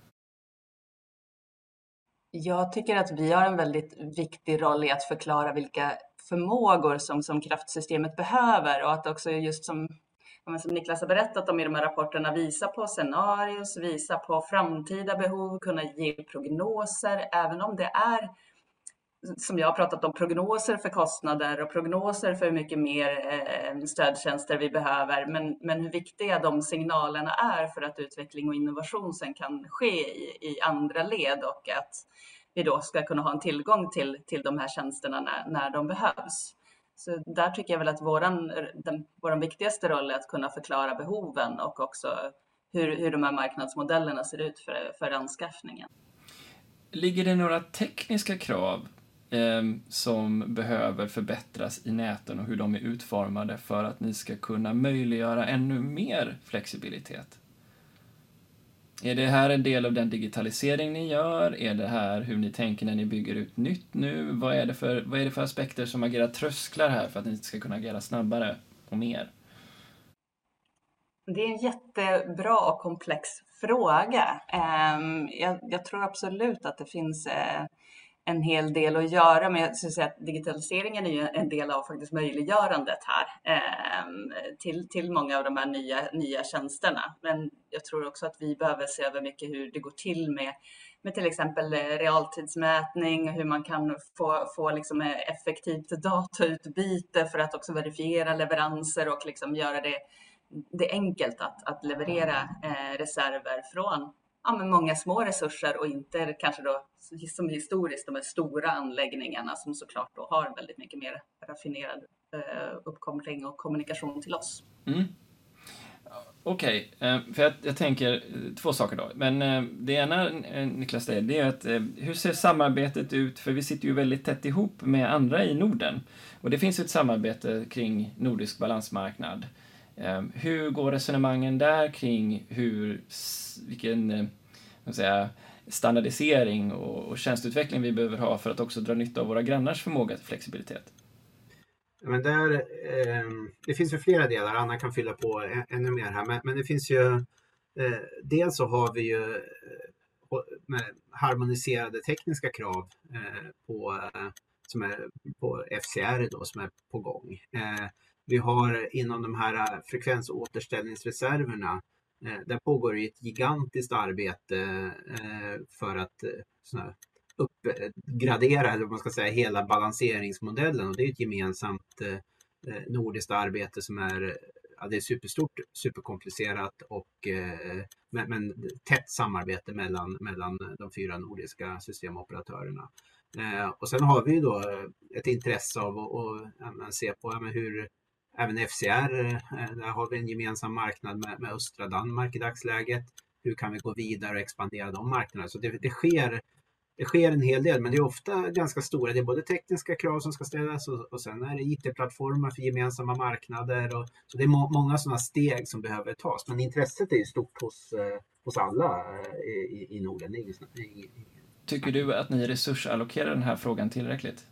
Jag tycker att vi har en väldigt viktig roll i att förklara vilka förmågor som, som kraftsystemet behöver, och att också just som, som Niklas har berättat om i de här rapporterna, visa på scenarios, visa på framtida behov, kunna ge prognoser, även om det är som jag har pratat om, prognoser för kostnader och prognoser för hur mycket mer eh, stödtjänster vi behöver. Men, men hur viktiga de signalerna är för att utveckling och innovation sen kan ske i, i andra led och att vi då ska kunna ha en tillgång till, till de här tjänsterna när, när de behövs. Så där tycker jag väl att våran, den, våran viktigaste roll är att kunna förklara behoven och också hur, hur de här marknadsmodellerna ser ut för, för anskaffningen. Ligger det några tekniska krav eh, som behöver förbättras i näten och hur de är utformade för att ni ska kunna möjliggöra ännu mer flexibilitet? Är det här en del av den digitalisering ni gör? Är det här hur ni tänker när ni bygger ut nytt nu? Vad är det för, vad är det för aspekter som agerar trösklar här för att ni ska kunna agera snabbare och mer? Det är en jättebra och komplex fråga. Jag, jag tror absolut att det finns en hel del att göra, men jag skulle säga att digitaliseringen är ju en del av faktiskt möjliggörandet här till, till många av de här nya, nya tjänsterna. Men jag tror också att vi behöver se över mycket hur det går till med, med till exempel realtidsmätning, hur man kan få, få liksom effektivt datautbyte för att också verifiera leveranser och liksom göra det det är enkelt att, att leverera eh, reserver från ja, men många små resurser och inte kanske då som historiskt de här stora anläggningarna som såklart då har väldigt mycket mer raffinerad eh, uppkoppling och kommunikation till oss. Mm. Okej, okay. eh, för jag, jag tänker två saker då. Men eh, det ena, eh, Niklas, det är, det är att eh, hur ser samarbetet ut? För vi sitter ju väldigt tätt ihop med andra i Norden. Och det finns ett samarbete kring nordisk balansmarknad. Hur går resonemangen där kring hur, vilken vad säga, standardisering och, och tjänsteutveckling vi behöver ha för att också dra nytta av våra grannars förmåga till flexibilitet? Men där, eh, det finns ju flera delar, Anna kan fylla på ännu mer här, men, men det finns ju, eh, dels så har vi ju eh, med harmoniserade tekniska krav eh, på, eh, som är på F C R då, som är på gång. Eh, Vi har inom de här frekvensåterställningsreserverna, där pågår ett gigantiskt arbete för att uppgradera, eller vad man ska säga, hela balanseringsmodellen. Och det är ett gemensamt nordiskt arbete som är, ja, det är superstort, superkomplicerat och men, men tätt samarbete mellan, mellan de fyra nordiska systemoperatörerna. Och sen har vi då ett intresse av att, att se på ja, men hur även F C R, där har vi en gemensam marknad med, med östra Danmark i dagsläget. Hur kan vi gå vidare och expandera de marknaderna? Så det, det, sker, det sker en hel del, men det är ofta ganska stora. Det är både tekniska krav som ska ställas och, och sen är det I T-plattformar för gemensamma marknader. Och, så det är må, många sådana steg som behöver tas. Men intresset är ju stort hos, hos alla i, i Norden. I, i, Tycker du att ni resursallokerar den här frågan tillräckligt?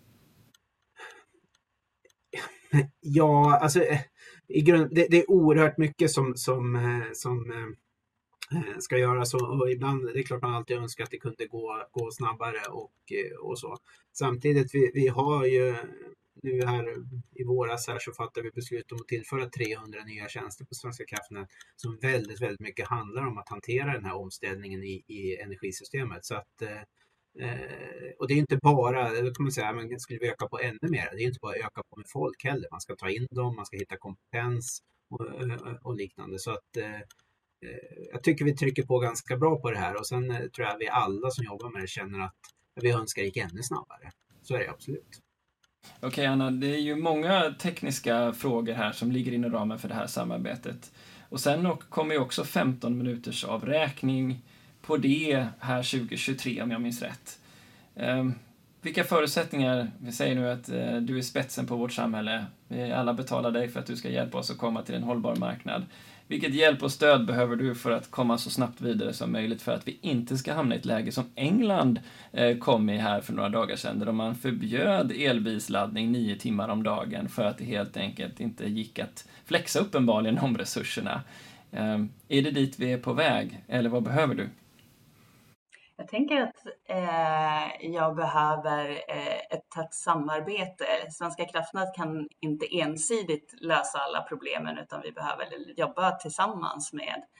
Ja, alltså i grund, det, det är oerhört mycket som, som, som eh, ska göras och, och ibland, det är klart man alltid önskar att det kunde gå, gå snabbare och, och så. Samtidigt, vi, vi har ju nu här i våras här så fattar vi beslut om att tillföra trehundra nya tjänster på Svenska kraftnät som väldigt, väldigt mycket handlar om att hantera den här omställningen i, i energisystemet. Så att Eh, och det är inte bara, då kan man säga, man skulle vi öka på ännu mer. Det är inte bara öka på med folk heller. Man ska ta in dem, man ska hitta kompetens och, och liknande. Så att eh, jag tycker vi trycker på ganska bra på det här. Och sen eh, tror jag vi alla som jobbar med det känner att vi önskar gick ännu snabbare. Så är det absolut. Okej, okay, Anna, det är ju många tekniska frågor här som ligger inom ramen för det här samarbetet. Och sen kommer ju också femton minuters avräkning på det här tjugo tjugotre, om jag minns rätt. Um, vilka förutsättningar, vi säger nu att uh, du är spetsen på vårt samhälle. Vi alla betalar dig för att du ska hjälpa oss att komma till en hållbar marknad. Vilket hjälp och stöd behöver du för att komma så snabbt vidare som möjligt för att vi inte ska hamna i ett läge som England uh, kom i här för några dagar sedan, där man förbjöd elbilsladdning nio timmar om dagen för att det helt enkelt inte gick att flexa uppenbarligen om resurserna. Um, är det dit vi är på väg, eller vad behöver du? Jag tänker att eh, jag behöver eh, ett tätt samarbete. Svenska kraftnät kan inte ensidigt lösa alla problemen utan vi behöver jobba tillsammans med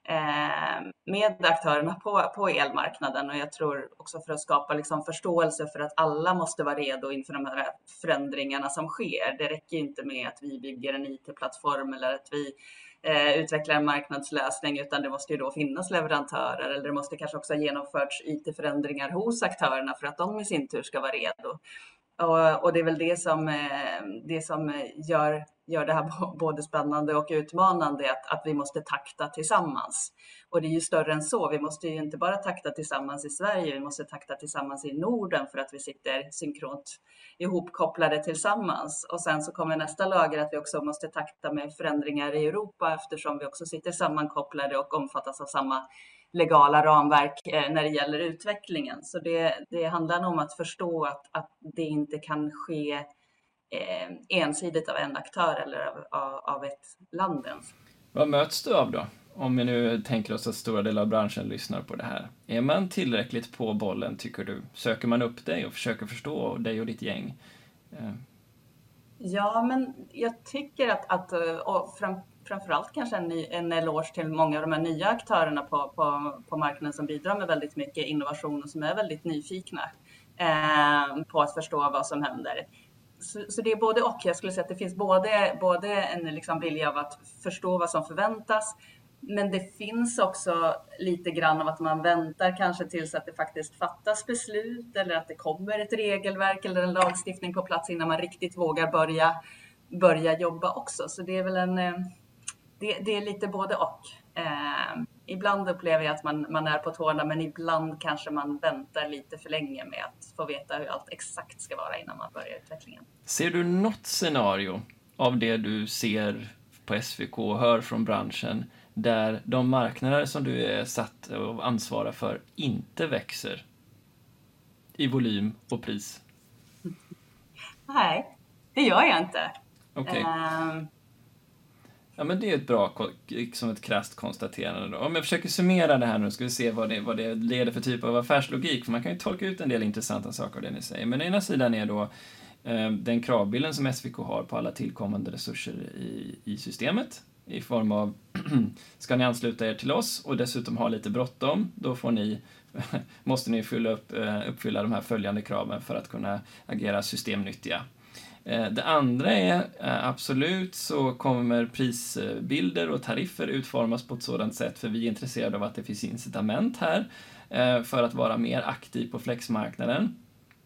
med aktörerna på, på elmarknaden, och jag tror också för att skapa liksom förståelse för att alla måste vara redo inför de här förändringarna som sker. Det räcker inte med att vi bygger en I T-plattform eller att vi eh, utvecklar en marknadslösning, utan det måste ju då finnas leverantörer, eller det måste kanske också ha genomförts I T-förändringar hos aktörerna för att de i sin tur ska vara redo. Och, och det är väl det som, det som gör, gör det här både spännande och utmanande, att, att vi måste takta tillsammans. Och det är ju större än så. Vi måste ju inte bara takta tillsammans i Sverige, vi måste takta tillsammans i Norden för att vi sitter synkront ihopkopplade tillsammans. Och sen så kommer nästa lager att vi också måste takta med förändringar i Europa, eftersom vi också sitter sammankopplade och omfattas av samma legala ramverk när det gäller utvecklingen. Så det, det handlar om att förstå att, att det inte kan ske eh, ensidigt av en aktör eller av, av, av ett land ens. Vad möts du av då? Om vi nu tänker oss att stora delar av branschen lyssnar på det här. Är man tillräckligt på bollen, tycker du? Söker man upp dig och försöker förstå dig och ditt gäng? Eh. Ja, men jag tycker att, att och fram, framförallt kanske en, ny, en eloge till många av de här nya aktörerna på, på, på marknaden som bidrar med väldigt mycket innovation och som är väldigt nyfikna eh, på att förstå vad som händer. Så, så det är både och. Jag skulle säga att det finns både, både en liksom vilja av att förstå vad som förväntas, men det finns också lite grann av att man väntar kanske tills att det faktiskt fattas beslut eller att det kommer ett regelverk eller en lagstiftning på plats innan man riktigt vågar börja, börja jobba också. Så det är väl en, det, det är lite både och. Eh, ibland upplever jag att man, man är på tårna, men ibland kanske man väntar lite för länge med att få veta hur allt exakt ska vara innan man börjar utvecklingen. Ser du något scenario av det du ser på S V K och hör från branschen där de marknader som du är satt och ansvarar för inte växer i volym och pris? Nej, det gör jag inte. Okej. Okay. Um... Ja, men det är ett bra, som ett krasst konstaterande då. Om jag försöker summera det här nu, ska vi se vad det, vad det leder för typ av affärslogik. För man kan ju tolka ut en del intressanta saker av det ni säger. Men ena sidan är då eh, den kravbilden som S V K har på alla tillkommande resurser i, i systemet. I form av, ska ni ansluta er till oss och dessutom ha lite bråttom, då får ni, måste ni fylla upp, uppfylla de här följande kraven för att kunna agera systemnyttiga. Det andra är, absolut så kommer prisbilder och tariffer utformas på ett sådant sätt, för vi är intresserade av att det finns incitament här för att vara mer aktiv på flexmarknaden.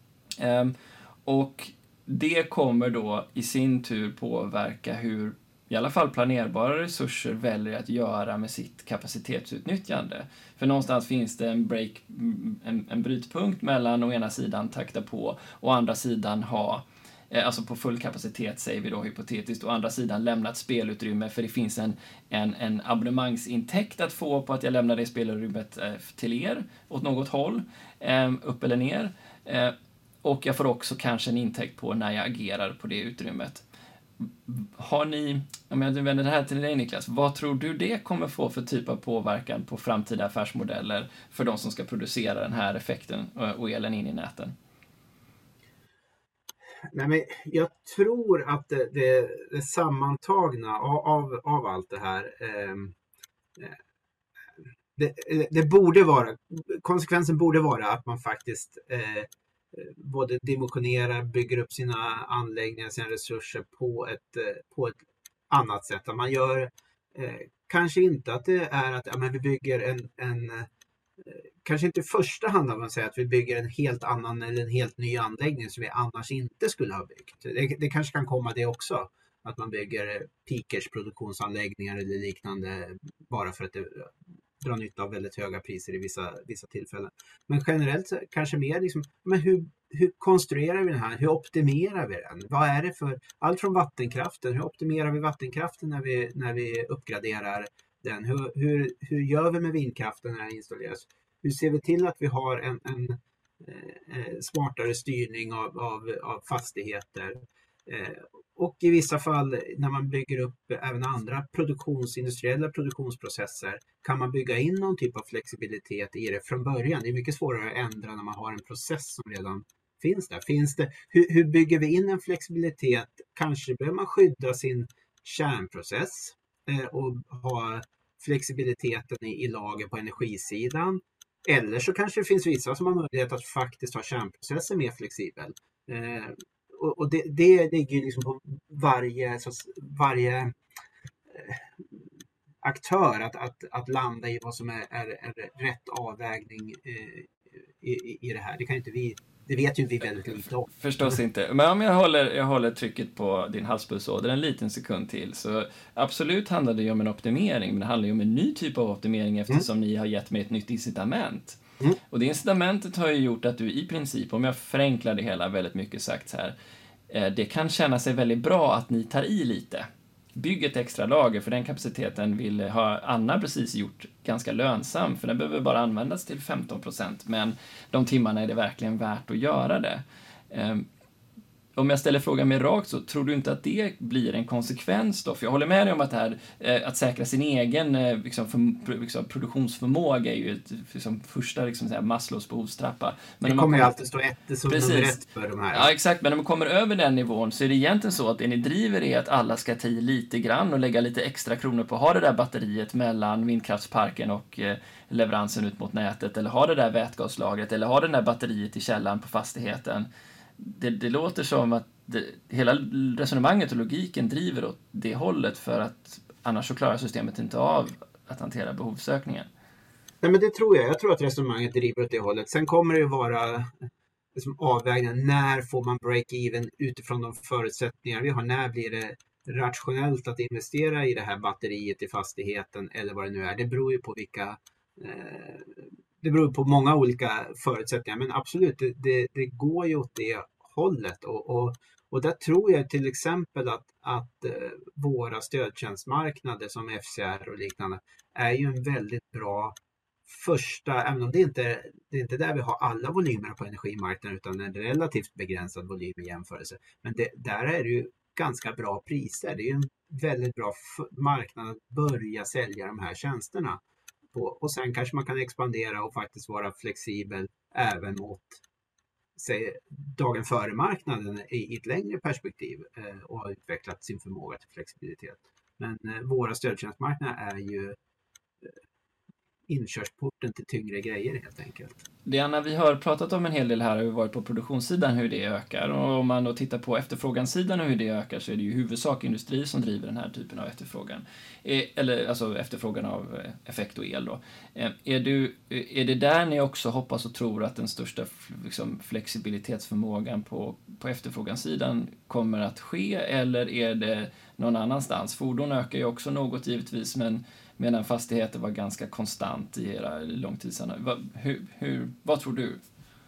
Och det kommer då i sin tur påverka hur i alla fall planerbara resurser väljer att göra med sitt kapacitetsutnyttjande. För någonstans finns det en, break, en, en brytpunkt mellan å ena sidan takta på och å andra sidan ha, alltså på full kapacitet säger vi då hypotetiskt, och å andra sidan lämna ett spelutrymme, för det finns en, en, en abonnemangsintäkt att få på att jag lämnar det spelutrymmet till er åt något håll, upp eller ner. Och jag får också kanske en intäkt på när jag agerar på det utrymmet. Har ni, om jag vänder det här till dig Niklas, vad tror du det kommer få för typ av påverkan på framtida affärsmodeller för de som ska producera den här effekten och elen in i näten? Nej, men jag tror att det, det, det sammantagna av, av, av allt det här eh, det, det borde vara, konsekvensen borde vara att man faktiskt eh, både dimensionerar, bygger upp sina anläggningar, sina resurser på ett, på ett annat sätt. Att man gör eh, kanske inte att det är att ja, men vi bygger en, en eh, kanske inte i första hand att man säger att vi bygger en helt annan eller en helt ny anläggning som vi annars inte skulle ha byggt. Det, det kanske kan komma det också, att man bygger peakers produktionsanläggningar eller liknande bara för att det dra nytta av väldigt höga priser i vissa, vissa tillfällen. Men generellt kanske mer liksom, men hur, hur konstruerar vi den här? Hur optimerar vi den? Vad är det för, allt från vattenkraften, hur optimerar vi vattenkraften när vi, när vi uppgraderar den? Hur, hur, hur gör vi med vindkraften när den installeras? Hur ser vi till att vi har en, en eh, smartare styrning av, av, av fastigheter? Eh, och i vissa fall när man bygger upp även andra produktionsindustriella produktionsprocesser kan man bygga in någon typ av flexibilitet i det från början. Det är mycket svårare att ändra när man har en process som redan finns där. Finns det, hur, hur bygger vi in en flexibilitet? Kanske behöver man skydda sin kärnprocess eh, och ha flexibiliteten i, i lager på energisidan. Eller så kanske det finns vissa som har möjlighet att faktiskt ha kärnprocessen mer flexibel. Eh, och och det, det ligger liksom på varje, så, varje eh, aktör att, att, att landa i vad som är, är, är rätt avvägning eh, i, i det här. Det kan inte vi, det vet ju vi väldigt lite om. Förstås inte. Men om jag håller, jag håller trycket på din halspulsåder en liten sekund till, så absolut handlar det ju om en optimering, men det handlar ju om en ny typ av optimering eftersom mm. ni har gett mig ett nytt incitament. Mm. Och det incitamentet har ju gjort att du i princip, om jag förenklar det hela väldigt mycket sagt så här, det kan känna sig väldigt bra att ni tar i lite. Bygg ett extra lager, för den kapaciteten vill ha Anna precis gjort ganska lönsam, för den behöver bara användas till femton procent, men de timmarna är det verkligen värt att göra det. Um, om jag ställer frågan mer rakt, så tror du inte att det blir en konsekvens då? För jag håller med dig om att det här, eh, att säkra sin egen eh, liksom för, liksom produktionsförmåga är ju ett liksom, första liksom, så här, Maslows behovstrappa. Men det kommer ju alltid stå ett som nummer ett för de här. Ja, exakt. Men när man kommer över den nivån så är det egentligen så att det ni driver är att alla ska ta i lite grann och lägga lite extra kronor på att ha det där batteriet mellan vindkraftsparken och eh, leveransen ut mot nätet, eller ha det där vätgaslagret, eller ha det där batteriet i källan på fastigheten. Det, det låter som att det, hela resonemanget och logiken driver åt det hållet, för att annars så klarar systemet inte av att hantera behovsökningen. Nej, men det tror jag. Jag tror att resonemanget driver åt det hållet. Sen kommer det ju vara liksom avvägningen. När får man break-even utifrån de förutsättningar vi har? När blir det rationellt att investera i det här batteriet i fastigheten eller vad det nu är? Det beror ju på vilka... Eh, Det beror på många olika förutsättningar, men absolut, det, det, det går ju åt det hållet. Och, och, och där tror jag till exempel att, att eh, våra stödtjänstmarknader som F C R och liknande är ju en väldigt bra första, även om det inte det är inte där vi har alla volymer på energimarknaden, utan en relativt begränsad volym i jämförelse. Men det, där är det ju ganska bra priser. Det är ju en väldigt bra f- marknad att börja sälja de här tjänsterna. På. Och sen kanske man kan expandera och faktiskt vara flexibel även mot säg, dagen före marknaden i, i ett längre perspektiv eh, och har utvecklat sin förmåga till flexibilitet. Men eh, våra stödtjänstmarknader är ju eh, inkörsporten till tyngre grejer helt enkelt. Diana, vi har pratat om en hel del här, har vi varit på produktionssidan hur det ökar, och om man då tittar på efterfrågansidan och hur det ökar, så är det ju huvudsak industri som driver den här typen av efterfrågan. Eller alltså efterfrågan av effekt och el då. Är, du, är det där ni också hoppas och tror att den största liksom, flexibilitetsförmågan på, på efterfrågansidan kommer att ske, eller är det någon annanstans? Fordon ökar ju också något givetvis, men medan fastigheter var ganska konstant i era långtidsanalyser. Va, hur, hur, vad tror du?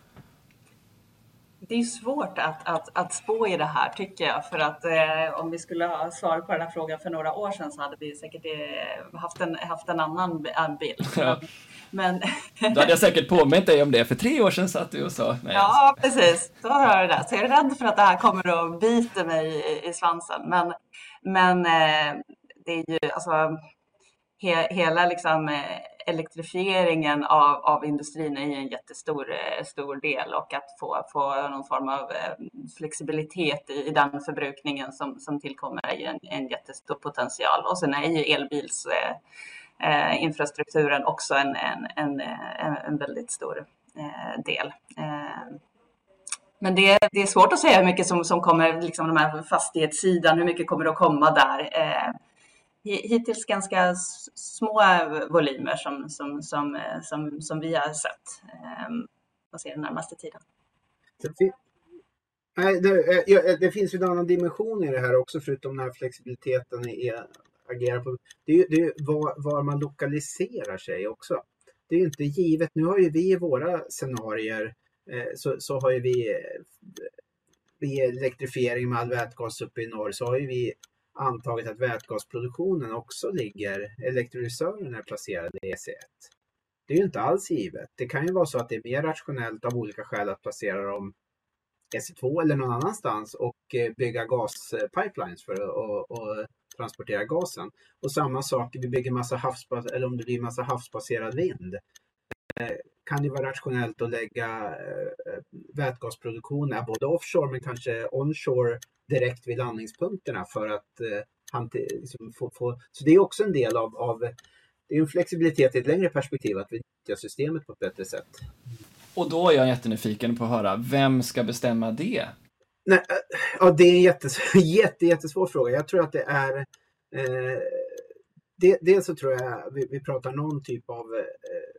Det är svårt att, att, att spå i det här tycker jag, för att eh, om vi skulle ha svar på den här frågan för några år sedan så hade vi säkert eh, haft, en, haft en annan bild. Ja. Men, Då hade jag säkert påmint dig om det, för tre år sedan satt du och sa. Nej, ja, precis. Då hör jag det. Så jag är rädd för att det här kommer att bita mig i, i svansen. Men, men eh, det är ju alltså... Hela liksom elektrifieringen av, av industrin är en jättestor stor del, och att få, få någon form av flexibilitet i, i den förbrukningen som, som tillkommer är ju en, en jättestor potential. Och sen är ju elbilsinfrastrukturen eh, också en, en, en, en väldigt stor eh, del. Eh, men det, det är svårt att säga hur mycket som, som kommer, liksom de här fastighetssidan, hur mycket kommer att komma där. Eh, Hittills ganska små volymer som, som, som, som, som vi har sett vad ser den närmaste tiden. Nej, det, det finns ju en annan dimension i det här också, förutom den här flexibiliteten i agera på. Det är ju det är var, var man lokaliserar sig också. Det är ju inte givet. Nu har ju vi i våra scenarier så, så har ju vi vid elektrifiering med all vätgas uppe i norr, så har ju vi antagit att vätgasproduktionen också ligger, elektrolysören är placerad i E C ett. Det är ju inte alls givet. Det kan ju vara så att det är mer rationellt av olika skäl att placera dem E C två eller någon annanstans och bygga gaspipelines för att och, och transportera gasen. Och samma sak, vi bygger massa havsbas eller om det blir massa havsbaserad vind. Kan det vara rationellt att lägga vätgasproduktion både offshore men kanske onshore direkt vid landningspunkterna för att eh, hante, liksom, få, få... Så det är också en del av, av det är en flexibilitet i ett längre perspektiv att vi nyttjar systemet på ett bättre sätt. Och då är jag jättenyfiken på att höra, vem ska bestämma det? Nej, ja, det är en jättes, jätte, jättesvår fråga. Jag tror att det är... Eh, det, dels så tror jag vi, vi pratar någon typ av eh,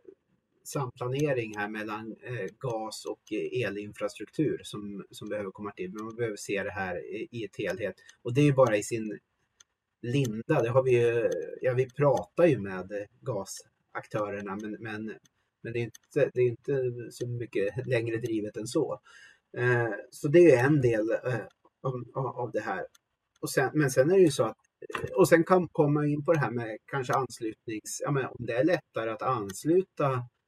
samplanering här mellan eh, gas och elinfrastruktur som, som behöver komma till. Men man behöver se det här i, i ett helhet. Och det är ju bara i sin linda. Det har vi ju, ja, vi pratar ju med gasaktörerna, men, men, men det är inte, det är inte så mycket längre drivet än så. Eh, så det är en del eh, av, av det här. Och sen, men sen är det ju så att, och sen kan komma in på det här med kanske anslutnings, ja, men om det är lättare att ansluta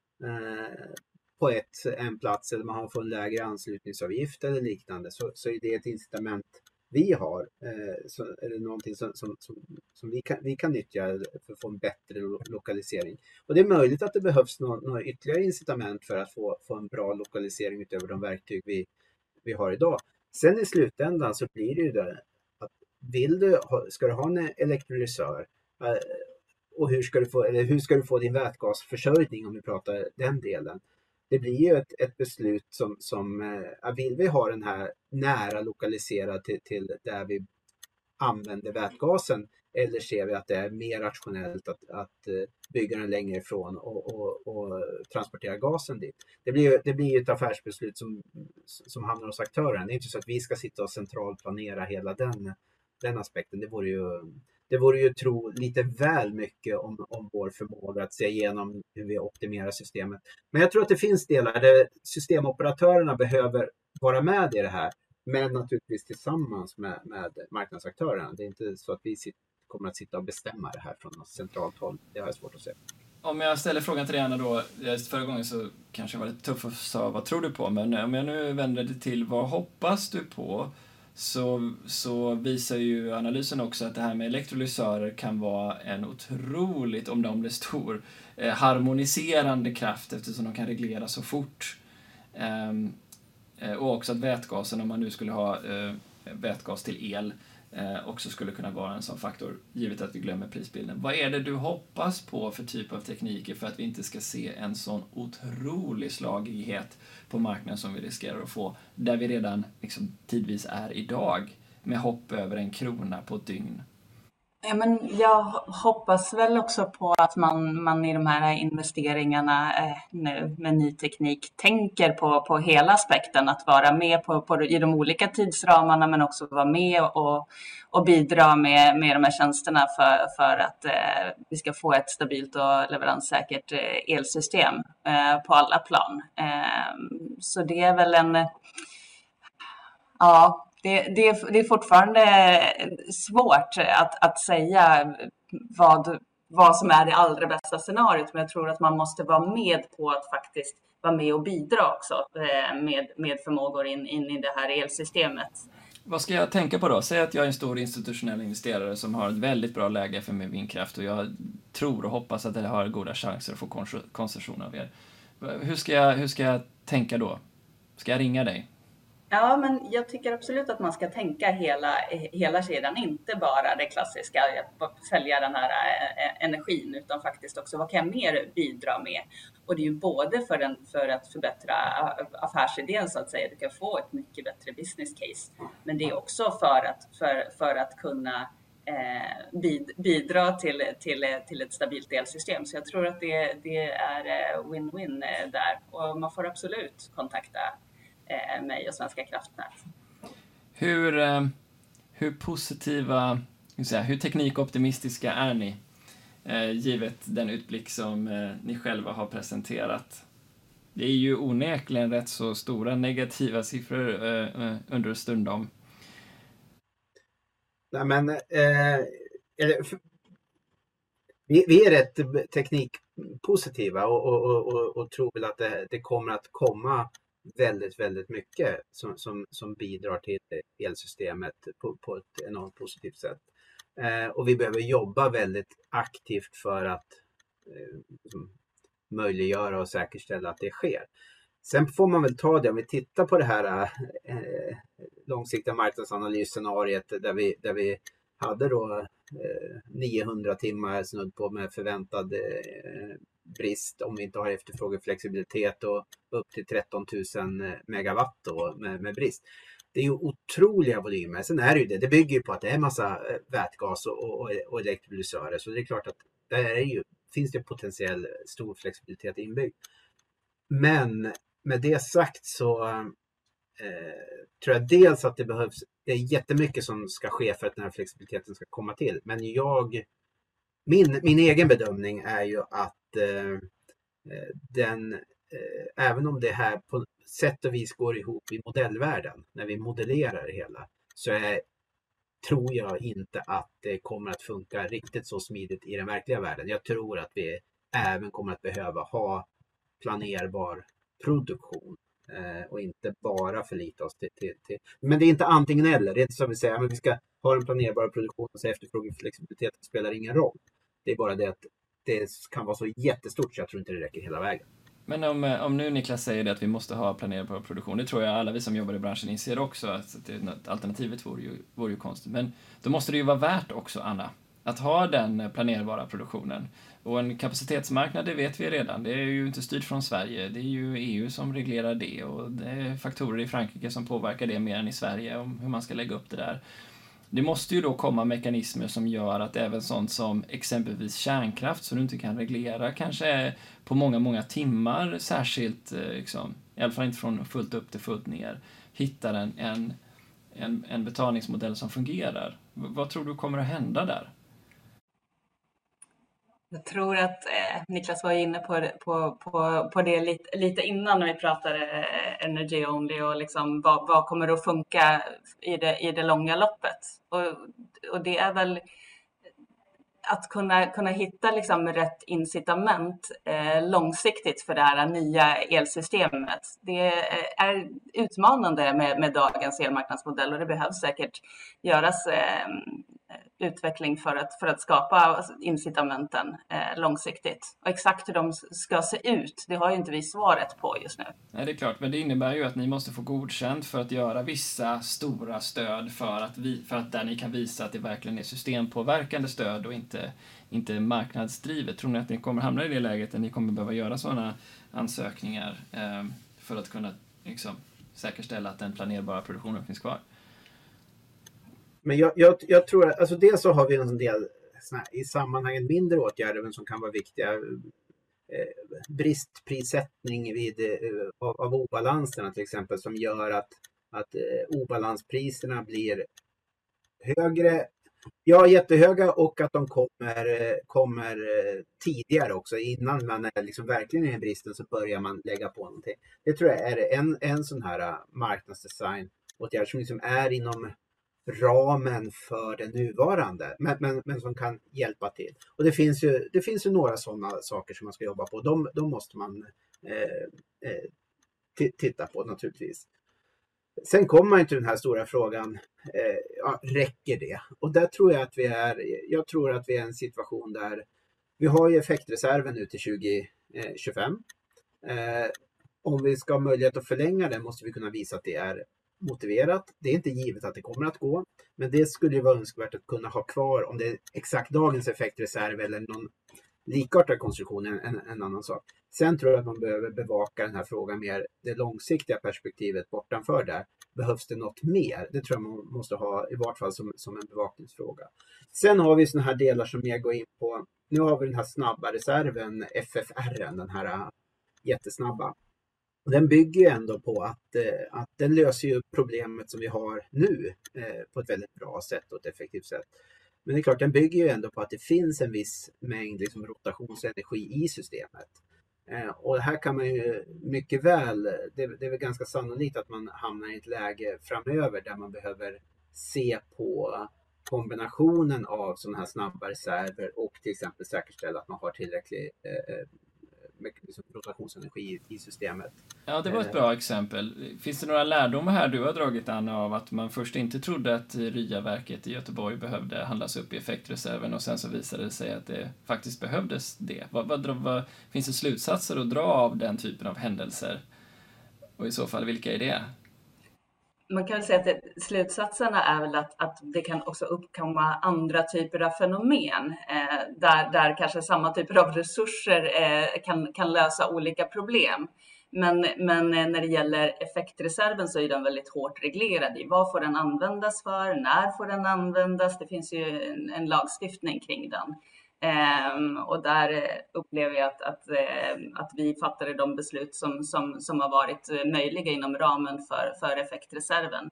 eh, på ett, en plats eller man har fått en lägre anslutningsavgift eller liknande, så, så är det ett incitament vi har, eh, så, eller någonting som, som, som, som vi, kan, vi kan nyttja för att få en bättre lo- lokalisering. Och det är möjligt att det behövs några, några ytterligare incitament för att få, få en bra lokalisering utöver de verktyg vi, vi har idag. Sen i slutändan så blir det ju det att vill du ha, ska du ha en elektrolysör eh, och hur ska du få, eller hur ska du få din vätgasförsörjning om vi pratar den delen. Det blir ju ett, ett beslut som, som äh, vill vi ha den här nära lokaliserad till, till där vi använder vätgasen, eller ser vi att det är mer rationellt att, att uh, bygga den längre ifrån och, och, och transportera gasen dit. Det blir ju det blir ett affärsbeslut som, som hamnar hos aktören. Det är inte så att vi ska sitta och centralplanera hela den, den aspekten. Det vore ju Det vore ju tro lite väl mycket om, om vår förmåga att se igenom hur vi optimerar systemet. Men jag tror att det finns delar där systemoperatörerna behöver vara med i det här. Men naturligtvis tillsammans med, med marknadsaktörerna. Det är inte så att vi sitter, kommer att sitta och bestämma det här från något centralt håll. Det har jag svårt att se. Om jag ställer frågan till dig, Anna, då. Förra gången så kanske jag var lite tuff och sa vad tror du på? Men om jag nu vänder det till vad hoppas du på? Så, så visar ju analysen också att det här med elektrolysörer kan vara en otroligt, om de blir stor, eh, harmoniserande kraft eftersom de kan reglera så fort. Ehm, eh, och också att vätgasen, om man nu skulle ha eh, vätgas till el, eh, också skulle kunna vara en sån faktor, givet att vi glömmer prisbilden. Vad är det du hoppas på för typ av tekniker för att vi inte ska se en sån otrolig slagighet på marknaden som vi riskerar att få, där vi redan liksom tidvis är idag, med hopp över en krona på ett dygn? Ja, men jag hoppas väl också på att man, man i de här investeringarna eh, nu med ny teknik tänker på, på hela aspekten, att vara med på, på, i de olika tidsramarna, men också vara med och, och bidra med, med de här tjänsterna för, för att eh, vi ska få ett stabilt och leveranssäkert eh, elsystem eh, på alla plan. Eh, så det är väl en... Ja... Det, det, är, det är fortfarande svårt att, att säga vad, vad som är det allra bästa scenariot, men jag tror att man måste vara med på att faktiskt vara med och bidra också med, med förmågor in, in i det här elsystemet. Vad ska jag tänka på då? Säg att jag är en stor institutionell investerare som har ett väldigt bra läge för min vindkraft och jag tror och hoppas att jag har goda chanser att få koncession av er. Hur ska jag, hur ska jag tänka då? Ska jag ringa dig? Ja, men jag tycker absolut att man ska tänka hela, hela kedjan, inte bara det klassiska, att sälja den här energin, utan faktiskt också vad kan jag mer bidra med? Och det är ju både för, den, för att förbättra affärsidén så att säga, du kan få ett mycket bättre business case, men det är också för att, för, för att kunna eh, bid, bidra till, till, till ett stabilt elsystem. Så jag tror att det, det är win-win där, och man får absolut kontakta mig och Svenska kraftnät. Hur, hur positiva, säga, hur teknikoptimistiska är ni, eh, givet den utblick som eh, ni själva har presenterat? Det är ju onekligen rätt så stora negativa siffror eh, under stundom. Nej, men eh, eller, för, vi, vi är rätt teknikpositiva och, och, och, och tror väl att det, det kommer att komma väldigt, väldigt mycket som, som, som bidrar till elsystemet på, på ett enormt positivt sätt. Eh, och vi behöver jobba väldigt aktivt för att eh, liksom, möjliggöra och säkerställa att det sker. Sen får man väl ta det, om vi tittar på det här eh, långsiktiga marknadsanalyscenariet där vi, där vi hade då eh, niohundra timmar snudd på med förväntad eh, brist om vi inte har efterfrågeflexibilitet och upp till tretton tusen megawatt då med, med brist. Det är ju otroliga volymer. Sen är det ju det. Det bygger ju på att det är massa vätgas och, och, och elektrolysörer. Så det är klart att där är ju, finns det potentiell stor flexibilitet inbyggd. Men med det sagt så eh, tror jag dels att det behövs, det är jättemycket som ska ske för att den här flexibiliteten ska komma till. Men jag, min, min egen bedömning är ju att eh, den, eh, även om det här på sätt och vis går ihop i modellvärlden, när vi modellerar det hela, så är, tror jag inte att det kommer att funka riktigt så smidigt i den verkliga världen. Jag tror att vi även kommer att behöva ha planerbar produktion eh, och inte bara förlita oss till, till, till... Men det är inte antingen eller. Det är inte som vi säger, men vi ska ha en planerbar produktion och så efterfrågeflexibilitet spelar ingen roll. Det är bara det att det kan vara så jättestort så jag tror inte det räcker hela vägen. Men om, om nu Niklas säger det att vi måste ha planerbar produktion, det tror jag alla vi som jobbar i branschen inser också, att det, alternativet vore ju, vore ju konstigt. Men då måste det ju vara värt också, Anna, att ha den planerbara produktionen. Och en kapacitetsmarknad, det vet vi redan, det är ju inte styrt från Sverige, det är ju E U som reglerar det och det är faktorer i Frankrike som påverkar det mer än i Sverige om hur man ska lägga upp det där. Det måste ju då komma mekanismer som gör att även sånt som exempelvis kärnkraft som du inte kan reglera kanske på många, många timmar särskilt, liksom, i alla fall inte från fullt upp till fullt ner, hittar en, en, en, en betalningsmodell som fungerar. V- vad tror du kommer att hända där? Jag tror att eh, Niklas var inne på det, på, på, på det lite, lite innan när vi pratade eh, energy only och liksom vad, vad kommer att funka i det, i det långa loppet. Och, och det är väl att kunna, kunna hitta liksom rätt incitament eh, långsiktigt för det här nya elsystemet. Det är utmanande med, med dagens elmarknadsmodell och det behövs säkert göras eh, utveckling för att, för att skapa incitamenten eh, långsiktigt. Och exakt hur de ska se ut, det har ju inte vi svaret på just nu. Nej, det är klart, men det innebär ju att ni måste få godkänt för att göra vissa stora stöd för att, vi, för att där ni kan visa att det verkligen är systempåverkande stöd och inte, inte marknadsdrivet. Tror ni att ni kommer hamna i det läget att ni kommer behöva göra sådana ansökningar eh, för att kunna liksom, säkerställa att den planerbara produktionen finns kvar? Men jag, jag, jag tror att, alltså dels så har vi en del såna här, i sammanhanget mindre åtgärder men som kan vara viktiga. Eh, bristprissättning vid, eh, av, av obalanserna till exempel som gör att, att eh, obalanspriserna blir högre, ja jättehöga och att de kommer, kommer tidigare också. Innan man är liksom verkligen i bristen så börjar man lägga på någonting. Det tror jag är en, en sån här marknadsdesign åtgärd som liksom är inom ramen för det nuvarande, men, men, men som kan hjälpa till. Och det finns ju, det finns ju några sådana saker som man ska jobba på. De, de måste man eh, eh, t- titta på naturligtvis. Sen kommer man till den här stora frågan, eh, ja, räcker det? Och där tror jag att vi är, jag tror att vi är i en situation där vi har ju effektreserven nu till tjugo tjugofem. Eh, om vi ska ha möjlighet att förlänga den måste vi kunna visa att det är motiverat. Det är inte givet att det kommer att gå, men det skulle ju vara önskvärt att kunna ha kvar, om det är exakt dagens effektreserv eller någon likartad konstruktion, en, en annan sak. Sen tror jag att man behöver bevaka den här frågan mer, det långsiktiga perspektivet bortanför där. Behövs det något mer? Det tror jag man måste ha i vart fall som, som en bevakningsfråga. Sen har vi såna här delar som jag går in på. Nu har vi den här snabba reserven, F F R, den här jättesnabba. Den bygger ju ändå på att, eh, att den löser ju problemet som vi har nu eh, på ett väldigt bra sätt och ett effektivt sätt. Men det är klart, den bygger ju ändå på att det finns en viss mängd liksom, rotationsenergi i systemet. Eh, och här kan man ju mycket väl, det, det är väl ganska sannolikt att man hamnar i ett läge framöver där man behöver se på kombinationen av sådana här snabba reserver och till exempel säkerställa att man har tillräcklig eh, liksom rotationsenergi i systemet. Ja, det var ett bra exempel. Finns det några lärdomar här du har dragit, Anna, av att man först inte trodde att Ryaverket i Göteborg behövde handlas upp i effektreserven och sen så visade det sig att det faktiskt behövdes det? Vad, vad, vad, finns det slutsatser att dra av den typen av händelser? Och i så fall, vilka är det? man kan väl säga att det, slutsatserna är väl att, att det kan också uppkomma andra typer av fenomen eh, där, där kanske samma typer av resurser eh, kan, kan lösa olika problem. Men, men när det gäller effektreserven så är den väldigt hårt reglerad i vad får den användas för, när får den användas, det finns ju en, en lagstiftning kring den. Um, och där upplever jag att, att, att vi fattade de beslut som, som, som har varit möjliga inom ramen för, för effektreserven.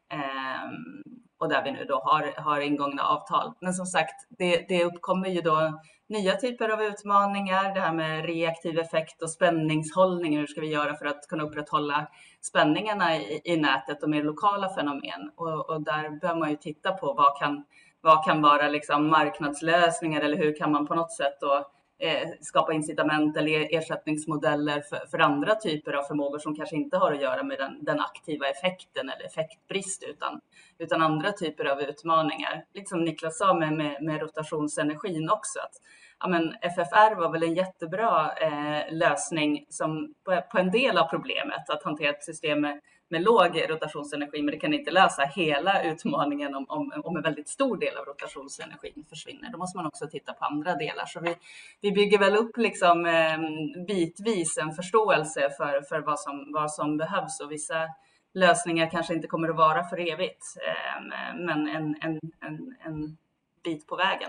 Um, och där vi nu då har, har ingångna avtal. Men som sagt, det, det uppkommer ju då nya typer av utmaningar. Det här med reaktiv effekt och spänningshållning. Hur ska vi göra för att kunna upprätthålla spänningarna i, i nätet och mer lokala fenomen? Och, och där bör man ju titta på vad kan Vad kan vara liksom marknadslösningar eller hur kan man på något sätt då, eh, skapa incitament eller ersättningsmodeller för, för andra typer av förmågor som kanske inte har att göra med den, den aktiva effekten eller effektbrist utan, utan andra typer av utmaningar. Lite som Niklas sa med, med, med rotationsenergin också. Att, ja, men F F R var väl en jättebra eh, lösning som, på, på en del av problemet att hantera ett system med med låg rotationsenergi, men det kan inte lösa hela utmaningen om, om, om en väldigt stor del av rotationsenergin försvinner. Då måste man också titta på andra delar. Så vi, vi bygger väl upp liksom, eh, bitvis en förståelse för, för vad, som, vad som behövs och vissa lösningar kanske inte kommer att vara för evigt, eh, men en, en, en, en bit på vägen.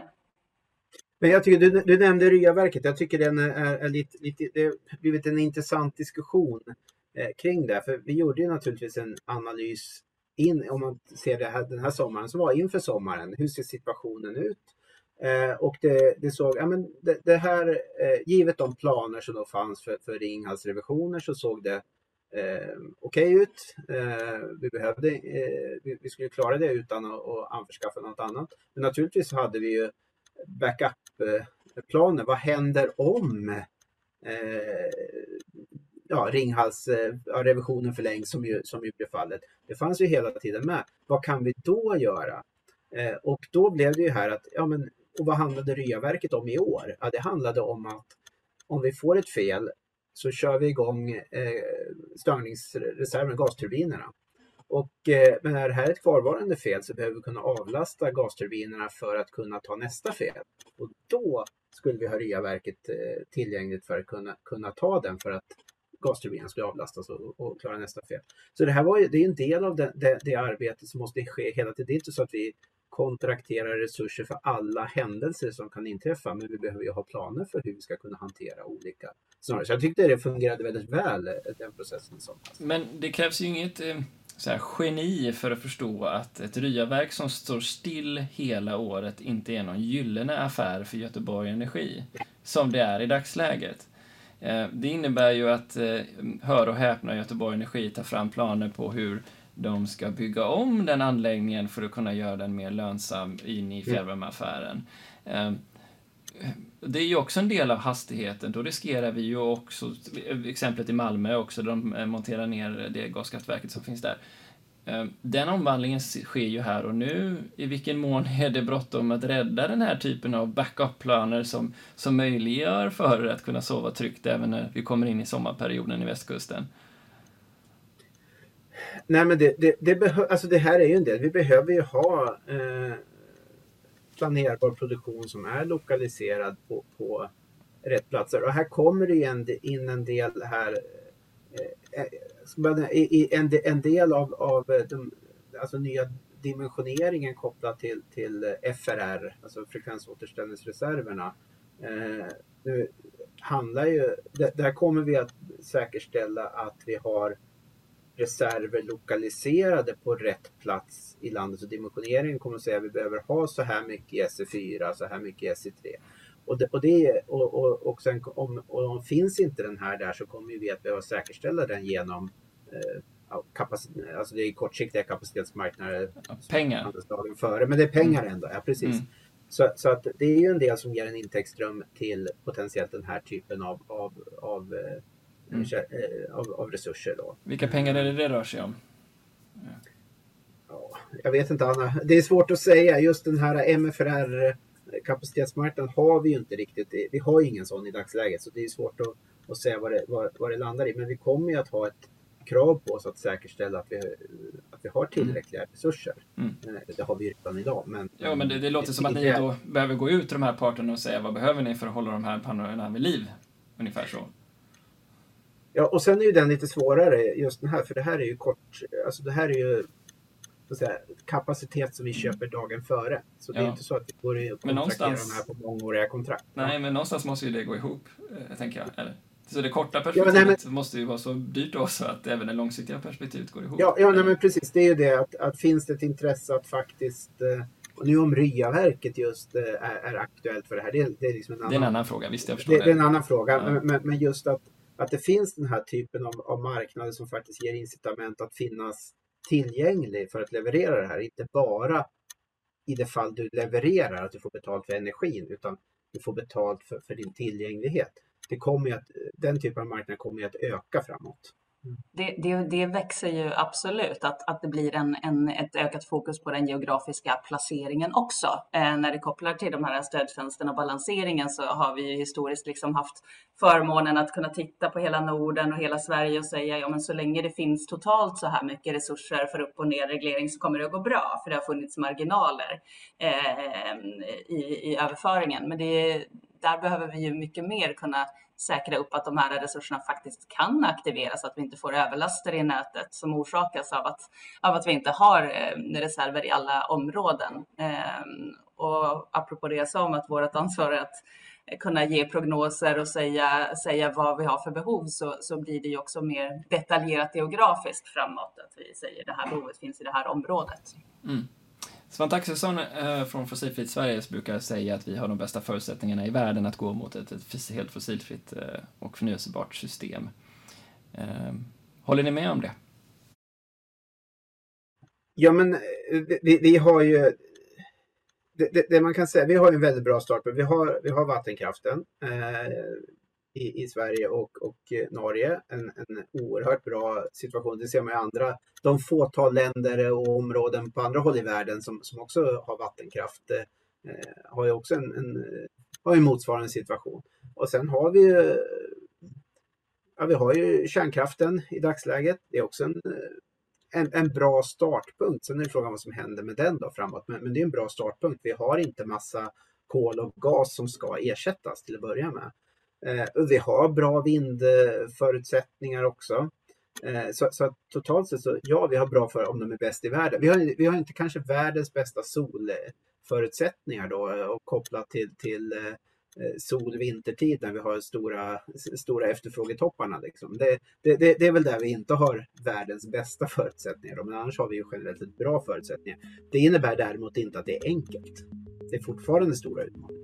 Men jag tycker, du, du nämnde Ryaverket, jag tycker den är, är lite, lite, det har blivit en intressant diskussion kring det, för vi gjorde ju naturligtvis en analys in, om man ser det här, den här sommaren som var inför sommaren, hur ser situationen ut eh, och det, det såg, ja men det, det här eh, givet de planer som då fanns för, för Ringhals revisioner så såg det eh, okej okay ut, eh, vi behövde eh, vi, vi skulle klara det utan att, att anförskaffa något annat, men naturligtvis så hade vi ju backup eh, planer, vad händer om eh, ja, Ringhals ja, revisionen förlängs som ju, som ju blev fallet. Det fanns ju hela tiden med. Vad kan vi då göra? Eh, och då blev det ju här att, ja men, och vad handlade Ryaverket om i år? Ja, det handlade om att om vi får ett fel så kör vi igång eh, störningsreserven, gasturbinerna. Och eh, men är det här ett kvarvarande fel så behöver vi kunna avlasta gasturbinerna för att kunna ta nästa fel. Och då skulle vi ha Ryaverket eh, tillgängligt för att kunna, kunna ta den för att gasturbinen skulle avlastas och, och klara nästa fel. Så det här var ju, det är en del av det, det, det arbetet som måste ske hela tiden. Det är inte så att vi kontrakterar resurser för alla händelser som kan inträffa, men vi behöver ju ha planer för hur vi ska kunna hantera olika snarare. Så jag tyckte det fungerade väldigt väl, den processen. Som men det krävs ju inget så här, geni för att förstå att ett Ryaverk som står still hela året inte är någon gyllene affär för Göteborg Energi, som det är i dagsläget. Det innebär ju att, hör och häpna, Göteborg Energi tar fram planer på hur de ska bygga om den anläggningen för att kunna göra den mer lönsam in i fjärrvärmeaffären. Det är ju också en del av hastigheten. Då riskerar vi ju också, exemplet i Malmö också, de monterar ner det gaskraftverket som finns där. Den omvandlingen sker ju här och nu. I vilken mån är det bråttom att rädda den här typen av backup-planer som, som möjliggör för att kunna sova tryggt även när vi kommer in i sommarperioden i västkusten? Nej, men det, det, det, behö- alltså det här är ju en del. Vi behöver ju ha eh, planerbar produktion som är lokaliserad på, på rätt platser. Och här kommer det in en del här eh, i en, en del av, av de alltså nya dimensioneringen kopplat till, till F R R, alltså frekvensåterställningsreserverna. Eh, nu handlar ju, där kommer vi att säkerställa att vi har reserver lokaliserade på rätt plats i landet. Så dimensioneringen kommer att säga att vi behöver ha så här mycket i S E fyra, så här mycket i S E tre. Och, det, och, det, och, och, och, sen, om, och om finns inte den här där så kommer vi att behöva säkerställa den genom eh, kapacitet, alltså det är kortsiktiga kapacitetsmarknader. Pengar. Före, men det är pengar ändå, ja precis. Mm. Så, så att det är ju en del som ger en intäktsström till potentiellt den här typen av, av, av Mm. Av, av resurser då. Vilka pengar är det det rör sig om? Ja. Ja, jag vet inte, Anna. Det är svårt att säga. Just den här M F R R-kapacitetsmarknaden har vi ju inte riktigt. Vi har ju ingen sån i dagsläget, så det är svårt att, att säga vad det, vad, vad det landar i. Men vi kommer ju att ha ett krav på oss att säkerställa att vi, att vi har tillräckliga resurser. Mm. Det har vi redan idag. Men, ja, men det, det låter som att ni då behöver gå ut till de här parterna och säga vad behöver ni för att hålla de här pannorna vid liv? Ungefär så. Ja, och sen är ju den lite svårare just den här, för det här är ju kort, alltså det här är ju så att säga, kapacitet som vi köper dagen före. Så det ja. är inte så att vi går in och kontrakterar någonstans... de här på mångåriga kontrakt. Nej, ja. Men någonstans måste ju det gå ihop, eh, tänker jag. Eller? Så det korta perspektivet ja, nej, men... måste ju vara så dyrt också att även det långsiktiga perspektivet går ihop. Ja, ja nej, men precis. Det är ju det att, att finns det ett intresse att faktiskt, och nu om Ryaverket just är, är aktuellt för det här, det är, det är liksom en annan, det är en annan fråga, visst jag förstår det. Det, det är en annan fråga, ja. men, men just att, att det finns den här typen av, av marknader som faktiskt ger incitament att finnas tillgänglig för att leverera det här, inte bara i det fall du levererar att du får betalt för energin, utan du får betalt för, för din tillgänglighet. Det kommer att, den typen av marknad kommer att öka framåt. Mm. Det, det, det växer ju absolut, att, att det blir en, en, ett ökat fokus på den geografiska placeringen också. Eh, när det kopplar till de här stödtjänsterna och balanseringen så har vi ju historiskt liksom haft förmånen att kunna titta på hela Norden och hela Sverige och säga ja men så länge det finns totalt så här mycket resurser för upp- och nedreglering så kommer det att gå bra, för det har funnits marginaler eh, i, i överföringen. Men det, där behöver vi ju mycket mer kunna säkra upp att de här resurserna faktiskt kan aktiveras, så att vi inte får överlaster i nätet som orsakas av att, av att vi inte har eh, reserver i alla områden. Eh, och apropå det jag sa om att vårt ansvar är att kunna ge prognoser och säga, säga vad vi har för behov, så, så blir det ju också mer detaljerat geografiskt framåt, att vi säger det här behovet finns i det här området. Mm. Svante Axelsson eh, från Fossilfritt Sverige brukar säga att vi har de bästa förutsättningarna i världen att gå mot ett, ett helt fossilfritt eh, och förnyelsebart system. Eh, håller ni med om det? Ja, men vi, vi har ju det, det, det man kan säga, vi har en väldigt bra start. Vi har, vi har vattenkraften eh, i, i Sverige och, och Norge. En, en oerhört bra situation. Det ser man i andra, de fåtal länder och områden på andra håll i världen som, som också har vattenkraft eh, har ju också en, en, har en motsvarande situation. Och sen har vi ja, vi har ju kärnkraften i dagsläget. Det är också en, en, en bra startpunkt. Sen är det frågan vad som händer med den då framåt. Men, men det är en bra startpunkt. Vi har inte massa kol och gas som ska ersättas till att börja med. Eh, vi har bra vindförutsättningar också. Eh, så, så att totalt sett så, ja, vi har bra för om de är bäst i världen. Vi har, vi har inte kanske världens bästa solförutsättningar då, och kopplat till, till eh, sol-vintertid när vi har stora, stora efterfrågetopparna. Liksom. Det, det, det, det är väl där vi inte har världens bästa förutsättningar då, men annars har vi ju generellt bra förutsättningar. Det innebär däremot inte att det är enkelt. Det är fortfarande stora utmaningar.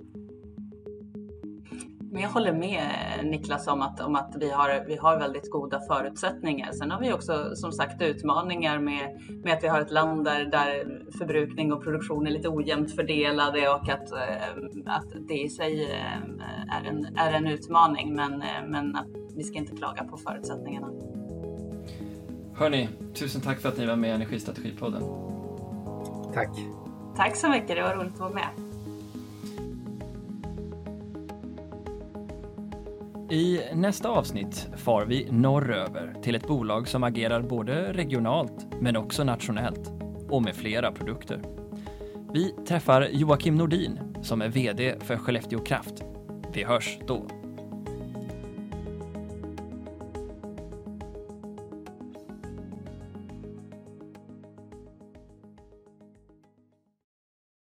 Men jag håller med Niklas om att, om att vi, har, vi har väldigt goda förutsättningar. Sen har vi också som sagt utmaningar med, med att vi har ett land där, där förbrukning och produktion är lite ojämnt fördelade, och att, att det i sig är en, är en utmaning. Men, men att vi ska inte klaga på förutsättningarna. Hörni, tusen tack för att ni var med i Energistrategipodden. Tack. Tack så mycket, det var roligt att vara med. I nästa avsnitt far vi norröver till ett bolag som agerar både regionalt men också nationellt och med flera produkter. Vi träffar Joakim Nordin som är vd för Skellefteå Kraft. Vi hörs då.